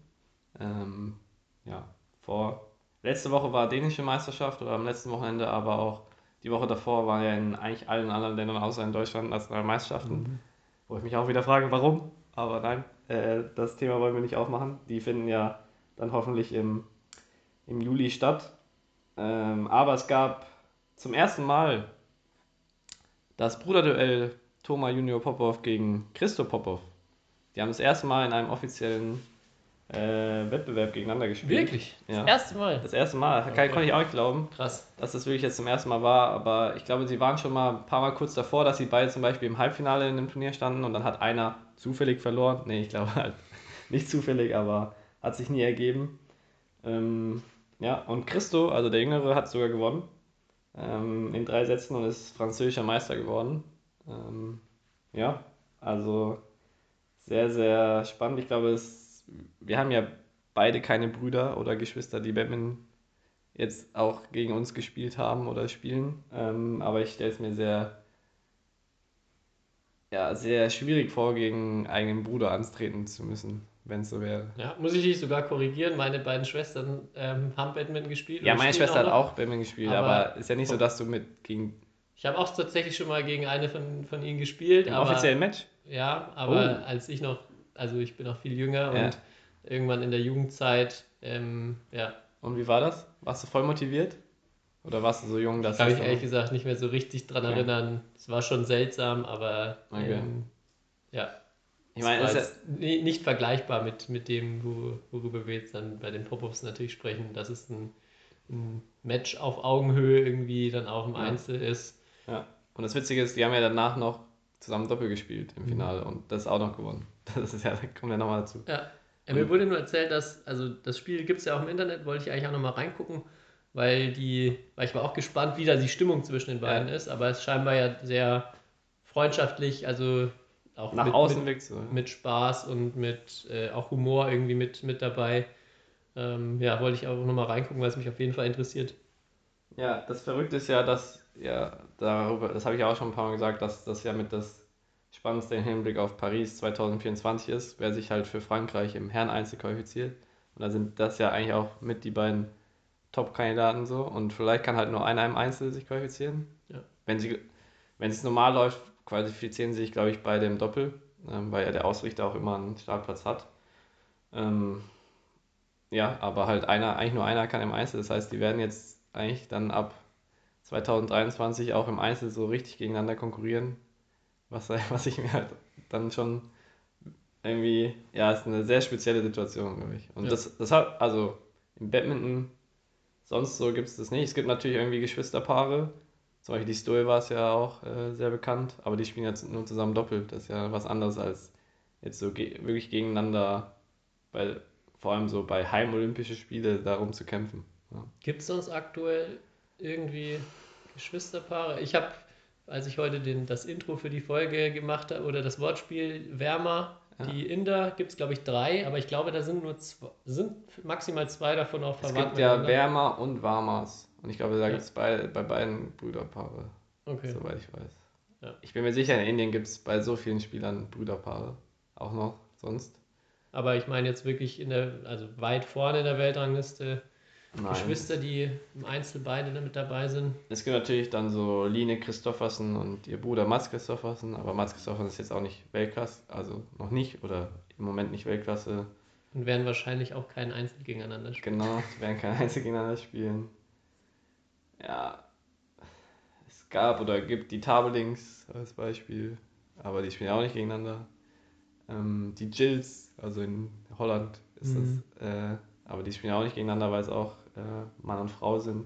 Letzte Woche war dänische Meisterschaft oder am letzten Wochenende, aber auch die Woche davor waren ja in eigentlich allen anderen Ländern außer in Deutschland nationale Meisterschaften. Wo ich mich auch wieder frage, warum? Aber nein, das Thema wollen wir nicht aufmachen. Die finden ja dann hoffentlich im Juli statt. Aber es gab zum ersten Mal das Bruderduell Toma Junior Popov gegen Christo Popov. Die haben das erste Mal in einem offiziellen Wettbewerb gegeneinander gespielt. Wirklich? Ja. Das erste Mal? Das erste Mal. Okay. Konnte ich auch nicht glauben, Krass. dass das wirklich jetzt zum ersten Mal war. Aber ich glaube, sie waren schon mal ein paar Mal kurz davor, dass sie beide zum Beispiel im Halbfinale in einem Turnier standen und dann hat einer zufällig verloren. Nee, ich glaube halt nicht zufällig, aber hat sich nie ergeben. Und Christo, also der Jüngere, hat sogar gewonnen in 3 Sätzen und ist französischer Meister geworden. Also sehr, sehr spannend. Ich glaube, wir haben ja beide keine Brüder oder Geschwister, die Badminton jetzt auch gegen uns gespielt haben oder spielen. Aber ich stelle es mir sehr, sehr schwierig vor, gegen einen eigenen Bruder antreten zu müssen, wenn es so wäre. Ja, muss ich dich sogar korrigieren. Meine beiden Schwestern haben Badminton gespielt. Ja, meine Schwester hat auch Badminton gespielt, aber ist ja nicht so, dass du Ich habe auch tatsächlich schon mal gegen eine von ihnen gespielt. Im offiziellen Match? Ja, aber ich bin noch viel jünger und irgendwann in der Jugendzeit, Und wie war das? Warst du voll motiviert? Oder warst du so jung, dass kann ich ehrlich gesagt nicht mehr so richtig dran erinnern. Es war schon seltsam, aber ich meine, es ist nicht vergleichbar mit dem, worüber wir jetzt dann bei den Pop-Ups natürlich sprechen, dass es ein Match auf Augenhöhe irgendwie dann auch im Einzel ist. Ja, und das Witzige ist, die haben ja danach noch zusammen Doppel gespielt im Finale und das auch noch gewonnen. Das kommt ja nochmal dazu. Ja. Mir wurde nur erzählt, dass, also das Spiel gibt es ja auch im Internet, wollte ich eigentlich auch nochmal reingucken, weil ich war auch gespannt, wie da die Stimmung zwischen den beiden ist, aber es ist scheinbar ja sehr freundschaftlich, also auch nach außen wirkt so. Mit Spaß und mit auch Humor irgendwie mit dabei. Wollte ich auch nochmal reingucken, weil es mich auf jeden Fall interessiert. Ja, das Verrückte ist ja, das habe ich auch schon ein paar Mal gesagt, dass das ja mit das Spannendste im Hinblick auf Paris 2024 ist, wer sich halt für Frankreich im Herren-Einzel qualifiziert. Und da sind das ja eigentlich auch mit die beiden Top-Kandidaten so. Und vielleicht kann halt nur einer im Einzel sich qualifizieren. Ja. Wenn es normal läuft, qualifizieren sie sich, glaube ich, beide im Doppel, weil ja der Ausrichter auch immer einen Startplatz hat. Aber halt eigentlich nur einer kann im Einzel. Das heißt, die werden jetzt eigentlich dann ab 2023 auch im Einzel so richtig gegeneinander konkurrieren. Was ich mir halt dann schon irgendwie, ist eine sehr spezielle Situation, glaube ich. Und das hat, also im Badminton, sonst so gibt es das nicht. Es gibt natürlich irgendwie Geschwisterpaare, zum Beispiel die Stoevas ja auch sehr bekannt, aber die spielen jetzt nur zusammen doppelt. Das ist ja was anderes als jetzt so wirklich gegeneinander, vor allem so bei Heimolympische Spiele darum zu kämpfen. Ja. Gibt es sonst aktuell irgendwie Geschwisterpaare? Ich habe als ich heute das Intro für die Folge gemacht habe, oder das Wortspiel Wärmer, die Inder, gibt es glaube ich 3, aber ich glaube, da sind sind maximal 2 davon auch Es verwandt gibt ja miteinander. Wärmer und Warmers. Und ich glaube, da Ja. gibt es bei beiden Brüderpaare, Okay. soweit ich weiß. Ja. Ich bin mir sicher, in Indien gibt es bei so vielen Spielern Brüderpaare. Auch noch sonst. Aber ich meine jetzt wirklich also weit vorne in der Weltrangliste, Nein. Geschwister, die im Einzel beide damit dabei sind. Es gibt natürlich dann so Line Christoffersen und ihr Bruder Mads Christoffersen, aber Mads Christoffersen ist jetzt auch nicht Weltklasse, also noch nicht oder im Moment nicht Weltklasse. Und werden wahrscheinlich auch kein Einzel gegeneinander spielen. Genau, sie werden kein Einzel gegeneinander spielen. Ja, es gab oder gibt die Tabelings als Beispiel, aber die spielen auch nicht gegeneinander. Die Jills, also in Holland ist das, aber die spielen auch nicht gegeneinander, weil es auch Mann und Frau sind.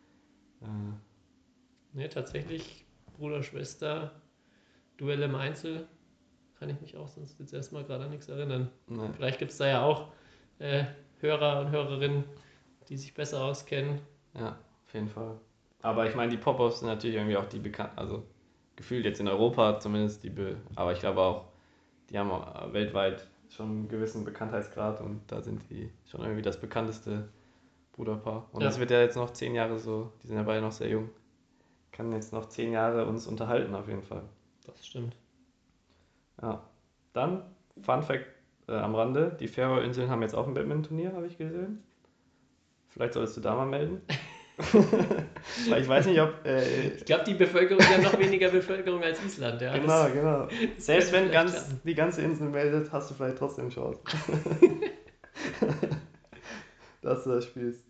Ne, tatsächlich Bruder, Schwester, Duell im Einzel, kann ich mich auch sonst jetzt erstmal gerade an nichts erinnern. Ne. Vielleicht gibt es da ja auch Hörer und Hörerinnen, die sich besser auskennen. Ja, auf jeden Fall. Aber ich meine, die Pop-Ups sind natürlich irgendwie auch die bekannten, also gefühlt jetzt in Europa zumindest aber ich glaube auch, die haben weltweit schon einen gewissen Bekanntheitsgrad und da sind die schon irgendwie das bekannteste Bruderpaar. Und Ja. das wird ja jetzt noch 10 Jahre so, die sind ja beide noch sehr jung, kann jetzt noch 10 Jahre uns unterhalten auf jeden Fall. Das stimmt. Ja, dann Fun Fact am Rande, die Färöerinseln haben jetzt auch ein Badminton-Turnier, habe ich gesehen. Vielleicht solltest du da mal melden. Weil ich weiß nicht, ob... Ich glaube, die Bevölkerung hat noch weniger Bevölkerung als Island. Ja. Genau. Selbst wenn vielleicht klappen. die ganze Insel meldet, hast du vielleicht trotzdem Chance. Dass du das spielst.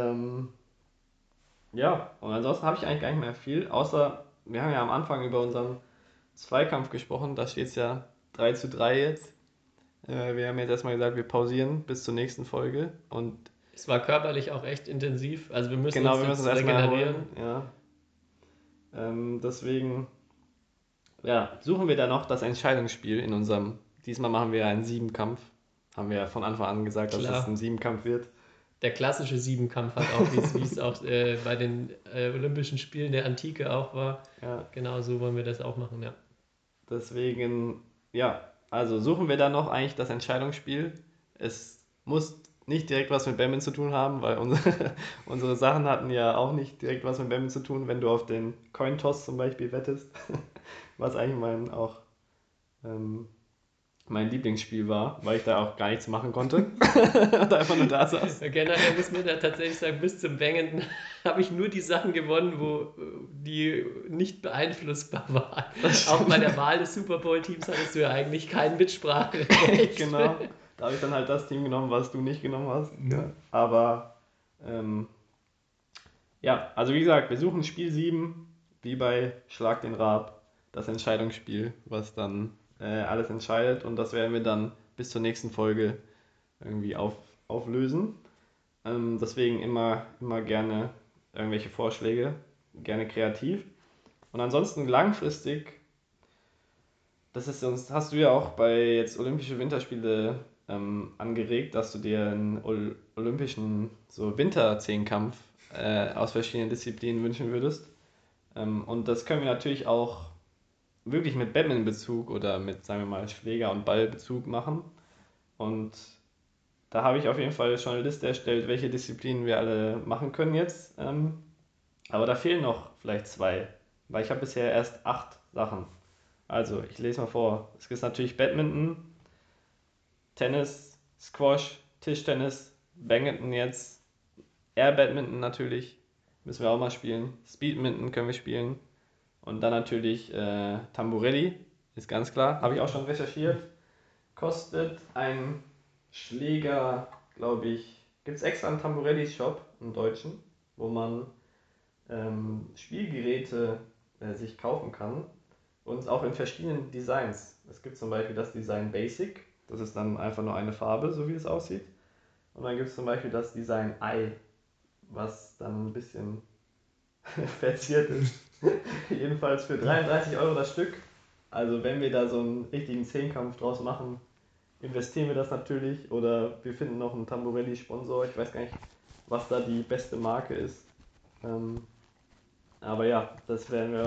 Ja, und ansonsten habe ich eigentlich gar nicht mehr viel, außer wir haben ja am Anfang über unseren Zweikampf gesprochen, da steht es ja 3:3 jetzt. Wir haben jetzt erstmal gesagt, wir pausieren bis zur nächsten Folge und Es war körperlich auch echt intensiv. Also wir müssen genau, uns wir müssen jetzt uns erstmal regenerieren. erholen. Ja. Deswegen suchen wir da noch das Entscheidungsspiel in unserem, diesmal machen wir einen Siebenkampf. Haben wir ja von Anfang an gesagt, dass Klar. es ein Siebenkampf wird. Der klassische Siebenkampf hat auch, wie es auch bei den Olympischen Spielen der Antike auch war. Ja. Genau so wollen wir das auch machen, ja. Deswegen, also suchen wir da noch eigentlich das Entscheidungsspiel. Es muss nicht direkt was mit Badminton zu tun haben, weil unsere Sachen hatten ja auch nicht direkt was mit Badminton zu tun, wenn du auf den Coin Toss zum Beispiel wettest, was eigentlich mein Lieblingsspiel war, weil ich da auch gar nichts machen konnte und einfach nur da saß. Generell muss man da tatsächlich sagen, bis zum Bangenden habe ich nur die Sachen gewonnen, die nicht beeinflussbar waren. Auch bei der Wahl des Super Bowl-Teams hattest du ja eigentlich kein Mitspracherecht. Genau, da habe ich dann halt das Team genommen, was du nicht genommen hast. Ja. Aber also wie gesagt, wir suchen Spiel 7, wie bei Schlag den Raab, das Entscheidungsspiel, was dann alles entscheidet und das werden wir dann bis zur nächsten Folge irgendwie auflösen. Deswegen immer gerne irgendwelche Vorschläge, gerne kreativ. Und ansonsten langfristig, hast du ja auch bei jetzt Olympische Winterspiele angeregt, dass du dir einen olympischen so Winterzehnkampf aus verschiedenen Disziplinen wünschen würdest. Und das können wir natürlich auch wirklich mit Badminton-Bezug oder mit, sagen wir mal, Schläger- und Ballbezug machen. Und da habe ich auf jeden Fall schon eine Liste erstellt, welche Disziplinen wir alle machen können jetzt. Aber da fehlen noch vielleicht 2, weil ich habe bisher erst 8 Sachen. Also, ich lese mal vor. Es gibt natürlich Badminton, Tennis, Squash, Tischtennis, Badminton jetzt, Air-Badminton natürlich, müssen wir auch mal spielen. Speedminton können wir spielen. Und dann natürlich Tamburelli, ist ganz klar, habe ich auch schon recherchiert. Kostet ein Schläger, glaube ich, gibt es extra einen Tamburelli-Shop, einen deutschen, wo man Spielgeräte sich kaufen kann. Und auch in verschiedenen Designs. Es gibt zum Beispiel das Design Basic, das ist dann einfach nur eine Farbe, so wie es aussieht. Und dann gibt es zum Beispiel das Design Eye, was dann ein bisschen verziert ist. Jedenfalls für 33 € das Stück. Also wenn wir da so einen richtigen Zehnkampf draus machen, investieren wir das natürlich. Oder wir finden noch einen Tamburelli-Sponsor. Ich weiß gar nicht, was da die beste Marke ist. Aber ja, das werden wir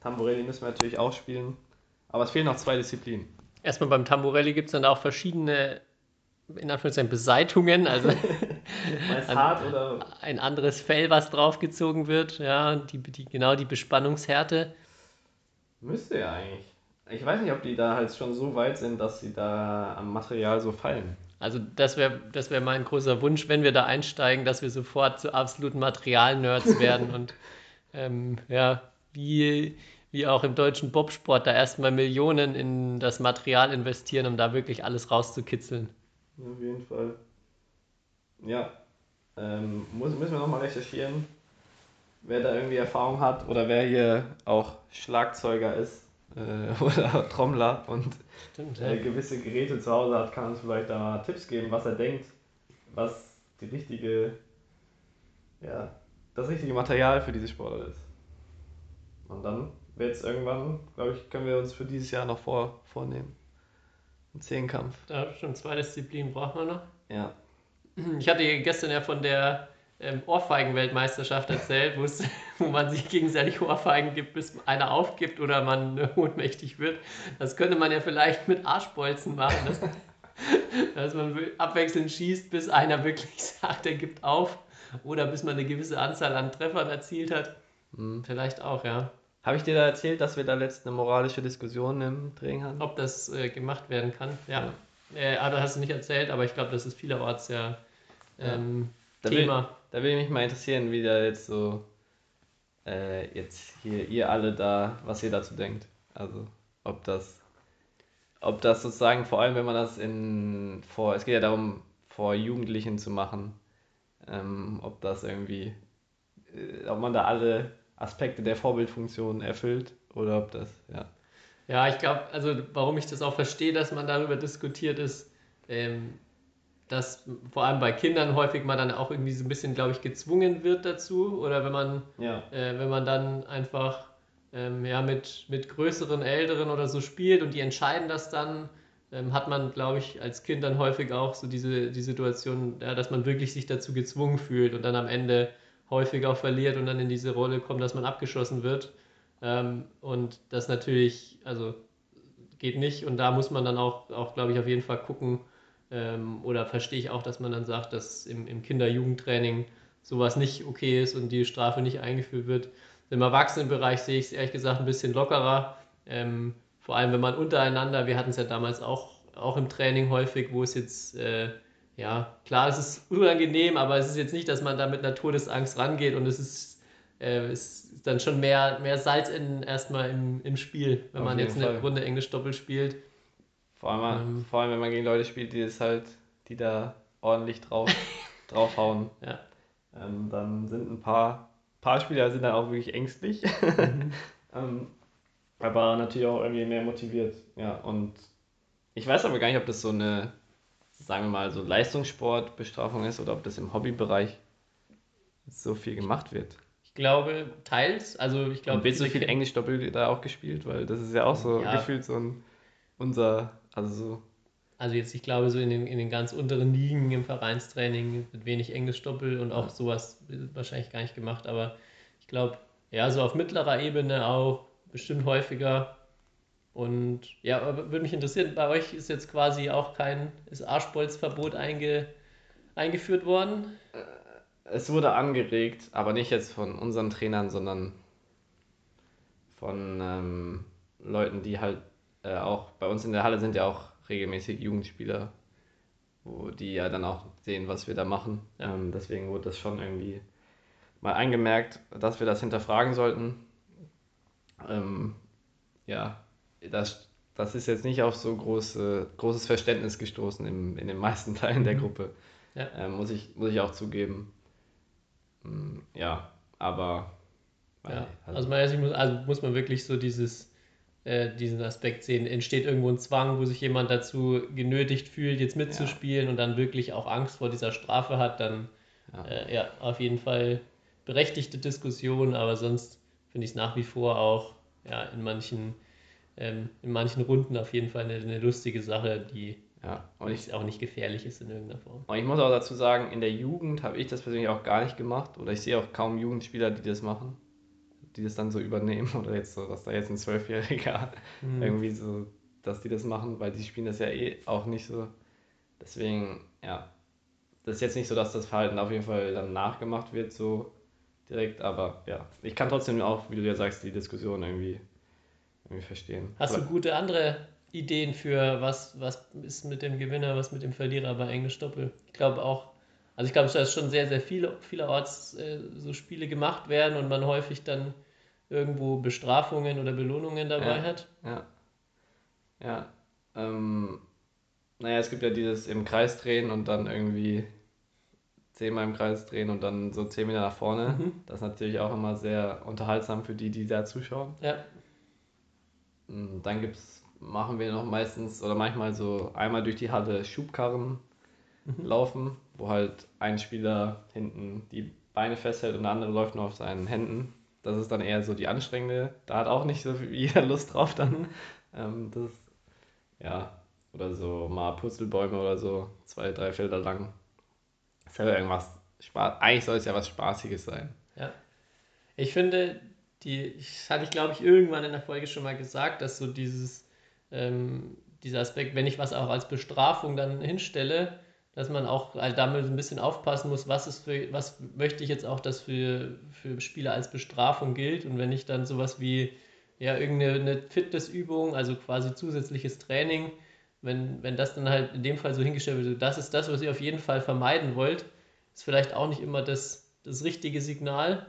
Tamburelli müssen wir natürlich auch spielen. Aber es fehlen noch 2 Disziplinen. Erstmal beim Tamburelli gibt es dann auch verschiedene, in Anführungszeichen, Beseitungen, also Meist hart oder... ein anderes Fell, was draufgezogen wird, ja, genau die Bespannungshärte. Müsste ja eigentlich. Ich weiß nicht, ob die da halt schon so weit sind, dass sie da am Material so fallen. Also das wär mein großer Wunsch, wenn wir da einsteigen, dass wir sofort zu absoluten Material-Nerds werden und ja, wie auch im deutschen Bobsport, da erstmal Millionen in das Material investieren, um da wirklich alles rauszukitzeln. Auf jeden Fall. Ja, müssen wir nochmal recherchieren, wer da irgendwie Erfahrung hat oder wer hier auch Schlagzeuger ist oder Trommler und Stimmt, ja. gewisse Geräte zu Hause hat, kann uns vielleicht da mal Tipps geben, was er denkt, was die das richtige Material für diese Sportart ist. Und dann wird es irgendwann, glaube ich, können wir uns für dieses Jahr noch vornehmen. Ein Zehnkampf. Da schon 2 Disziplinen braucht man noch. Ja. Ich hatte gestern ja von der Ohrfeigen-Weltmeisterschaft erzählt, wo man sich gegenseitig Ohrfeigen gibt, bis einer aufgibt oder man ohnmächtig wird. Das könnte man ja vielleicht mit Arschbolzen machen, dass man abwechselnd schießt, bis einer wirklich sagt, er gibt auf, oder bis man eine gewisse Anzahl an Treffern erzielt hat. Vielleicht auch, ja. Habe ich dir da erzählt, dass wir da letzte eine moralische Diskussion im Training hatten? Ob das gemacht werden kann, ja. Das hast du nicht erzählt, aber ich glaube, das ist vielerorts ja Thema. Da will mich mal interessieren, wie da jetzt so jetzt hier ihr alle da, was ihr dazu denkt. Also ob das sozusagen, vor allem wenn man das es geht ja darum, vor Jugendlichen zu machen, ob das irgendwie, ob man da alle Aspekte der Vorbildfunktion erfüllt oder ob das, ja. Ja, ich glaube, also warum ich das auch verstehe, dass man darüber diskutiert, ist, dass vor allem bei Kindern häufig man dann auch irgendwie so ein bisschen, glaube ich, gezwungen wird dazu. Oder wenn man dann einfach mit größeren Älteren oder so spielt und die entscheiden das dann, hat man, glaube ich, als Kind dann häufig auch so die Situation, ja, dass man wirklich sich dazu gezwungen fühlt und dann am Ende häufig auch verliert und dann in diese Rolle kommt, dass man abgeschossen wird. Und das natürlich, also geht nicht und da muss man dann auch glaube ich, auf jeden Fall gucken, oder verstehe ich auch, dass man dann sagt, dass im Kinder-Jugendtraining sowas nicht okay ist und die Strafe nicht eingeführt wird. Im Erwachsenenbereich sehe ich es ehrlich gesagt ein bisschen lockerer, vor allem wenn man untereinander, wir hatten es ja damals auch im Training häufig, wo es jetzt, klar, es ist unangenehm, aber es ist jetzt nicht, dass man da mit einer Todesangst rangeht und es ist dann schon mehr Salz erstmal im Spiel, wenn man jetzt eine Runde Englisch-Doppel spielt. Vor allem, wenn man gegen Leute spielt, die da ordentlich draufhauen. Ja. Dann sind ein paar Spieler sind dann auch wirklich ängstlich. Aber natürlich auch irgendwie mehr motiviert. Ja, und ich weiß aber gar nicht, ob das so eine, sagen wir mal, so Leistungssportbestrafung ist oder ob das im Hobbybereich so viel gemacht wird. Ich glaube, teils. Also ich glaube, und wird so viel Englisch-Doppel da auch gespielt? Weil das ist ja auch so gefühlt so Also jetzt, ich glaube, so in den ganz unteren Ligen im Vereinstraining wird wenig Englisch-Doppel und auch sowas wird wahrscheinlich gar nicht gemacht, aber ich glaube, ja, so auf mittlerer Ebene auch bestimmt häufiger. Und ja, aber würde mich interessieren, bei euch ist jetzt quasi auch ist Arschbolzverbot eingeführt worden? Es wurde angeregt, aber nicht jetzt von unseren Trainern, sondern von Leuten, die halt auch bei uns in der Halle sind ja auch regelmäßig Jugendspieler, wo die ja dann auch sehen, was wir da machen. Ja. Deswegen wurde das schon irgendwie mal eingemerkt, dass wir das hinterfragen sollten. Das ist jetzt nicht auf so großes Verständnis gestoßen in den meisten Teilen der Gruppe. Ja. Muss ich auch zugeben. Ja, aber... Ja, also muss man wirklich so diesen Aspekt sehen. Entsteht irgendwo ein Zwang, wo sich jemand dazu genötigt fühlt, jetzt mitzuspielen und dann wirklich auch Angst vor dieser Strafe hat, dann auf jeden Fall berechtigte Diskussion, aber sonst finde ich es nach wie vor auch in manchen Runden auf jeden Fall eine lustige Sache, die auch nicht gefährlich ist in irgendeiner Form. Und ich muss auch dazu sagen, in der Jugend habe ich das persönlich auch gar nicht gemacht oder ich sehe auch kaum Jugendspieler, die das machen. die das dann so übernehmen oder jetzt so, dass da jetzt ein 12-Jähriger irgendwie so, dass die das machen, weil die spielen das ja eh auch nicht so. Deswegen, ja, das ist jetzt nicht so, dass das Verhalten auf jeden Fall dann nachgemacht wird, so direkt, aber ja, ich kann trotzdem auch, wie du ja sagst, die Diskussion irgendwie verstehen. Hast du gute andere Ideen für was ist mit dem Gewinner, was mit dem Verlierer bei Englisch Doppel? Ich glaube auch, also ich glaube, dass schon sehr, sehr vielerorts so Spiele gemacht werden und man häufig dann irgendwo Bestrafungen oder Belohnungen dabei hat. Ja. Naja, es gibt ja dieses im Kreis drehen und dann irgendwie 10-mal im Kreis drehen und dann so 10 Meter nach vorne. Das ist natürlich auch immer sehr unterhaltsam für die da zuschauen. Ja. Dann machen wir noch meistens oder manchmal so einmal durch die Halle Schubkarren laufen, wo halt ein Spieler hinten die Beine festhält und der andere läuft nur auf seinen Händen. Das ist dann eher so die anstrengende. Da hat auch nicht so jeder Lust drauf dann. Oder so mal Purzelbäume oder so, 2-3 Felder lang. Das ist ja irgendwas Spaß. Eigentlich soll es ja was Spaßiges sein. Ja. Ich finde, das hatte ich glaube ich irgendwann in der Folge schon mal gesagt, dass so dieser Aspekt, wenn ich was auch als Bestrafung dann hinstelle, dass man auch halt damit ein bisschen aufpassen muss, was möchte ich jetzt auch, dass für Spieler als Bestrafung gilt. Und wenn ich dann sowas wie irgendeine Fitnessübung, also quasi zusätzliches Training, wenn das dann halt in dem Fall so hingestellt wird, das ist das, was ihr auf jeden Fall vermeiden wollt, ist vielleicht auch nicht immer das richtige Signal.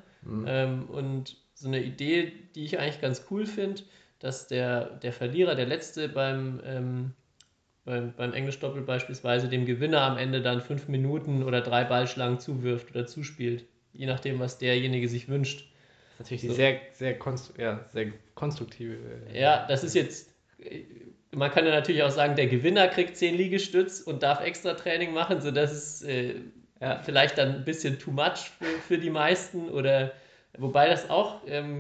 Und so eine Idee, die ich eigentlich ganz cool finde, dass der Verlierer, der Letzte beim Englisch-Doppel beispielsweise dem Gewinner am Ende dann 5 Minuten oder 3 Ballschlagen zuwirft oder zuspielt, je nachdem, was derjenige sich wünscht. Das ist natürlich sehr, sehr konstruktive. Ja, das ist jetzt, man kann ja natürlich auch sagen, der Gewinner kriegt 10 Liegestütz und darf extra Training machen, sodass es vielleicht dann ein bisschen too much für die meisten, oder wobei das auch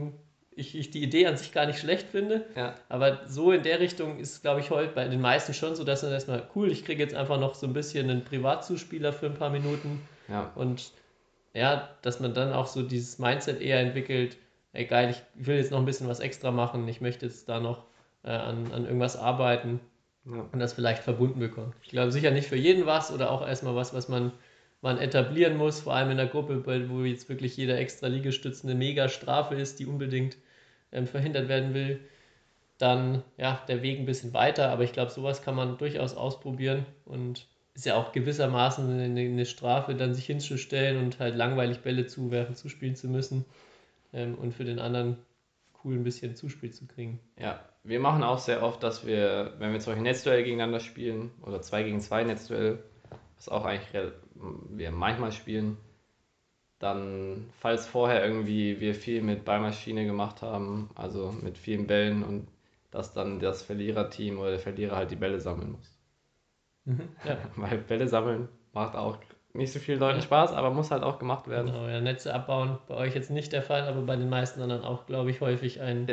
ich die Idee an sich gar nicht schlecht finde, aber so in der Richtung ist, glaube ich, heute bei den meisten schon so, dass man erstmal, cool, ich kriege jetzt einfach noch so ein bisschen einen Privatzuspieler für ein paar Minuten und dass man dann auch so dieses Mindset eher entwickelt, geil, ich will jetzt noch ein bisschen was extra machen, ich möchte jetzt da noch an irgendwas arbeiten und das vielleicht verbunden bekommen. Ich glaube sicher nicht für jeden was oder auch erstmal was man etablieren muss, vor allem in der Gruppe, wo jetzt wirklich jeder extra Liegestütz eine mega Strafe ist, die unbedingt verhindert werden will, dann der Weg ein bisschen weiter, aber ich glaube, sowas kann man durchaus ausprobieren und ist ja auch gewissermaßen eine Strafe, dann sich hinzustellen und halt langweilig Bälle zuwerfen, zuspielen zu müssen und für den anderen cool ein bisschen Zuspiel zu kriegen. Ja, wir machen auch sehr oft, dass wir, wenn wir zum Beispiel Netzduell gegeneinander spielen oder 2 gegen 2 Netzduell, was auch eigentlich wir manchmal spielen, dann, falls vorher irgendwie wir viel mit Ballmaschine gemacht haben, also mit vielen Bällen, und dass dann das Verliererteam oder der Verlierer halt die Bälle sammeln muss. Weil Bälle sammeln macht auch nicht so vielen Leuten Spaß, aber muss halt auch gemacht werden. Genau, Netze abbauen, bei euch jetzt nicht der Fall, aber bei den meisten anderen auch, glaube ich, häufig ein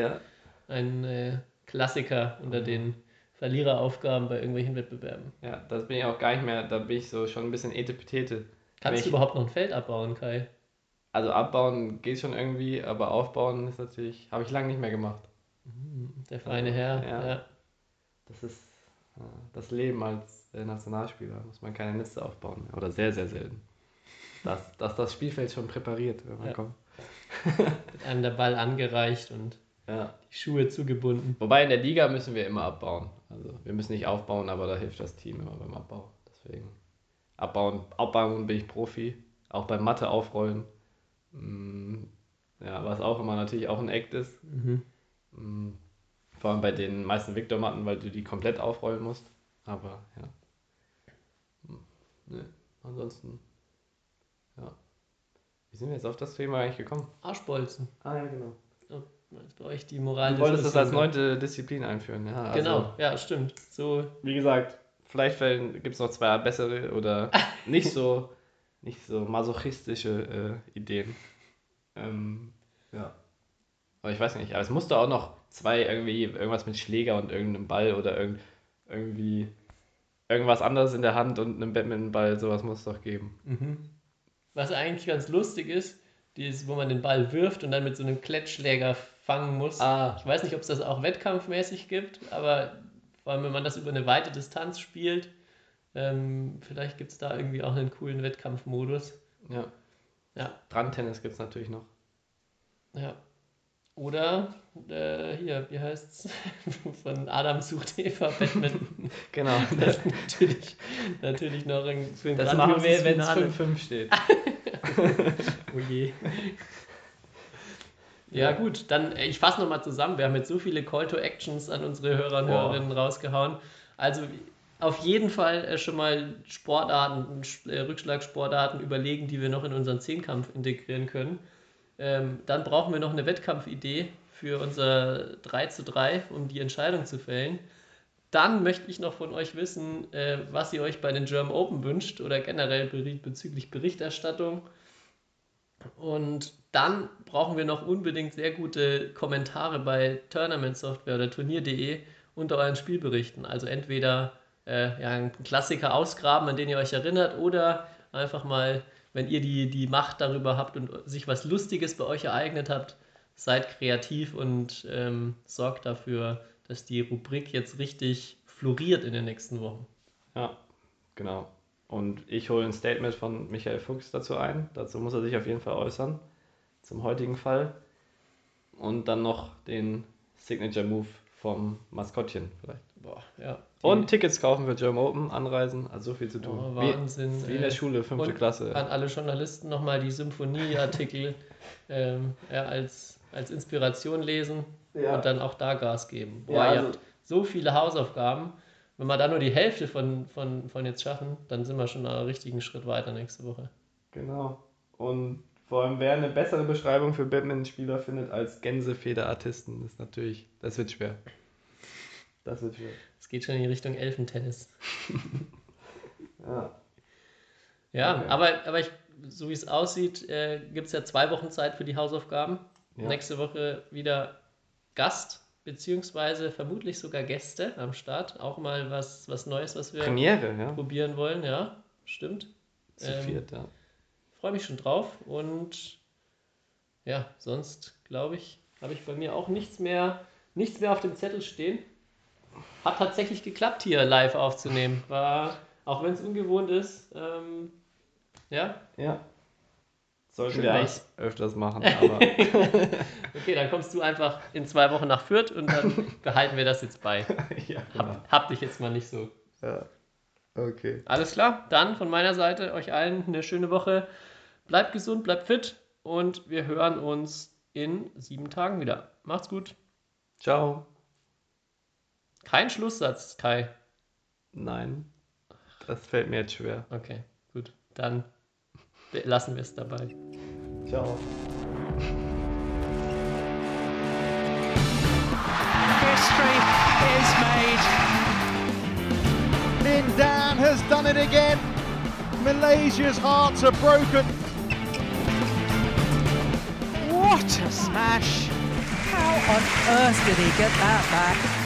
Klassiker unter den Verliereraufgaben bei irgendwelchen Wettbewerben. Ja, das bin ich auch gar nicht mehr, da bin ich so schon ein bisschen Etepetete. Kannst du überhaupt noch ein Feld abbauen, Kai? Also abbauen geht schon irgendwie, aber aufbauen ist natürlich, habe ich lange nicht mehr gemacht. Der feine Herr, ja. Das ist das Leben als Nationalspieler, muss man keine Netze aufbauen mehr, oder sehr, sehr selten. Das Spielfeld schon präpariert, wenn man kommt. Mit einem der Ball angereicht und die Schuhe zugebunden. Wobei in der Liga müssen wir immer abbauen. Also wir müssen nicht aufbauen, aber da hilft das Team immer beim Abbau. Deswegen abbauen bin ich Profi. Auch beim Matte aufrollen. Was auch immer natürlich auch ein Act ist. Vor allem bei den meisten Victor-Matten, weil du die komplett aufrollen musst. Aber ansonsten, Wie sind wir jetzt auf das Thema eigentlich gekommen? Arschbolzen. Ah ja, genau. Ist bei euch die Moral. Du wolltest das als 9. Disziplin einführen, ja. Genau, stimmt. So. Wie gesagt, vielleicht gibt es noch 2 bessere oder nicht so masochistische Ideen. Aber ich weiß nicht, aber es musste auch noch 2 irgendwas mit Schläger und irgendeinem Ball oder irgendwie irgendwas anderes in der Hand und einem Badmintonball, sowas muss es doch geben. Was eigentlich ganz lustig ist, wo man den Ball wirft und dann mit so einem Klettschläger fangen muss. Ich weiß nicht, ob es das auch wettkampfmäßig gibt, aber vor allem, wenn man das über eine weite Distanz spielt, vielleicht gibt es da irgendwie auch einen coolen Wettkampfmodus. Ja. Strandtennis gibt es natürlich noch. Ja. Oder, hier, wie heißt's? Von Adam sucht Eva, Badminton. Genau. Das ist natürlich noch für ein Das machen wir, wenn es Finale. 5-5 steht. Oh je. Ja gut, dann ich fasse nochmal zusammen. Wir haben jetzt so viele Call to Actions an unsere Hörer und Hörerinnen rausgehauen. Also auf jeden Fall schon mal Sportarten, Rückschlagsportarten überlegen, die wir noch in unseren Zehnkampf integrieren können. Dann brauchen wir noch eine Wettkampfidee für unser 3:3, um die Entscheidung zu fällen. Dann möchte ich noch von euch wissen, was ihr euch bei den German Open wünscht oder generell bezüglich Berichterstattung. Und dann brauchen wir noch unbedingt sehr gute Kommentare bei Tournament Software oder Turnier.de unter euren Spielberichten. Also entweder einen Klassiker ausgraben, an den ihr euch erinnert, oder einfach mal, wenn ihr die Macht darüber habt und sich was Lustiges bei euch ereignet habt, seid kreativ und sorgt dafür, dass die Rubrik jetzt richtig floriert in den nächsten Wochen. Ja, genau. Und ich hole ein Statement von Michael Fuchs dazu ein. Dazu muss er sich auf jeden Fall äußern, zum heutigen Fall. Und dann noch den Signature Move vom Maskottchen vielleicht. Und Tickets kaufen für German Open, anreisen, also so viel zu tun. Wahnsinn. Wie in der Schule, 5. Klasse. An alle Journalisten nochmal die Symphonieartikel als Inspiration lesen und dann auch da Gas geben. Ihr habt so viele Hausaufgaben. Wenn wir da nur die Hälfte von jetzt schaffen, dann sind wir schon einen richtigen Schritt weiter nächste Woche. Genau. Und vor allem, wer eine bessere Beschreibung für Badminton-Spieler findet als Gänsefederartisten, ist natürlich, das wird schwer. Es geht schon in die Richtung Elfentennis. Ja, okay. aber so wie es aussieht, gibt es ja 2 Wochen Zeit für die Hausaufgaben. Ja. Nächste Woche wieder Gast, beziehungsweise vermutlich sogar Gäste am Start. Auch mal was Neues, was wir probieren wollen. Ja, stimmt. Zu viert, ja. Freue mich schon drauf. Und ja, sonst glaube ich, habe ich bei mir auch nichts mehr auf dem Zettel stehen. Hat tatsächlich geklappt, hier live aufzunehmen. War, auch wenn es ungewohnt ist, ja. Sollten wir eigentlich öfters machen, aber... Okay, dann kommst du einfach in 2 Wochen nach Fürth und dann behalten wir das jetzt bei. Ja, genau. Hab dich jetzt mal nicht so. Ja, okay. Alles klar, dann von meiner Seite euch allen eine schöne Woche. Bleibt gesund, bleibt fit und wir hören uns in 7 Tagen wieder. Macht's gut. Ciao. Kein Schlusssatz, Kai. Nein, das fällt mir jetzt schwer. Okay, gut. Dann lassen wir es dabei. Ciao. History is made. Lin Dan has done it again. Malaysia's hearts are broken. What a smash! How on earth did he get that back?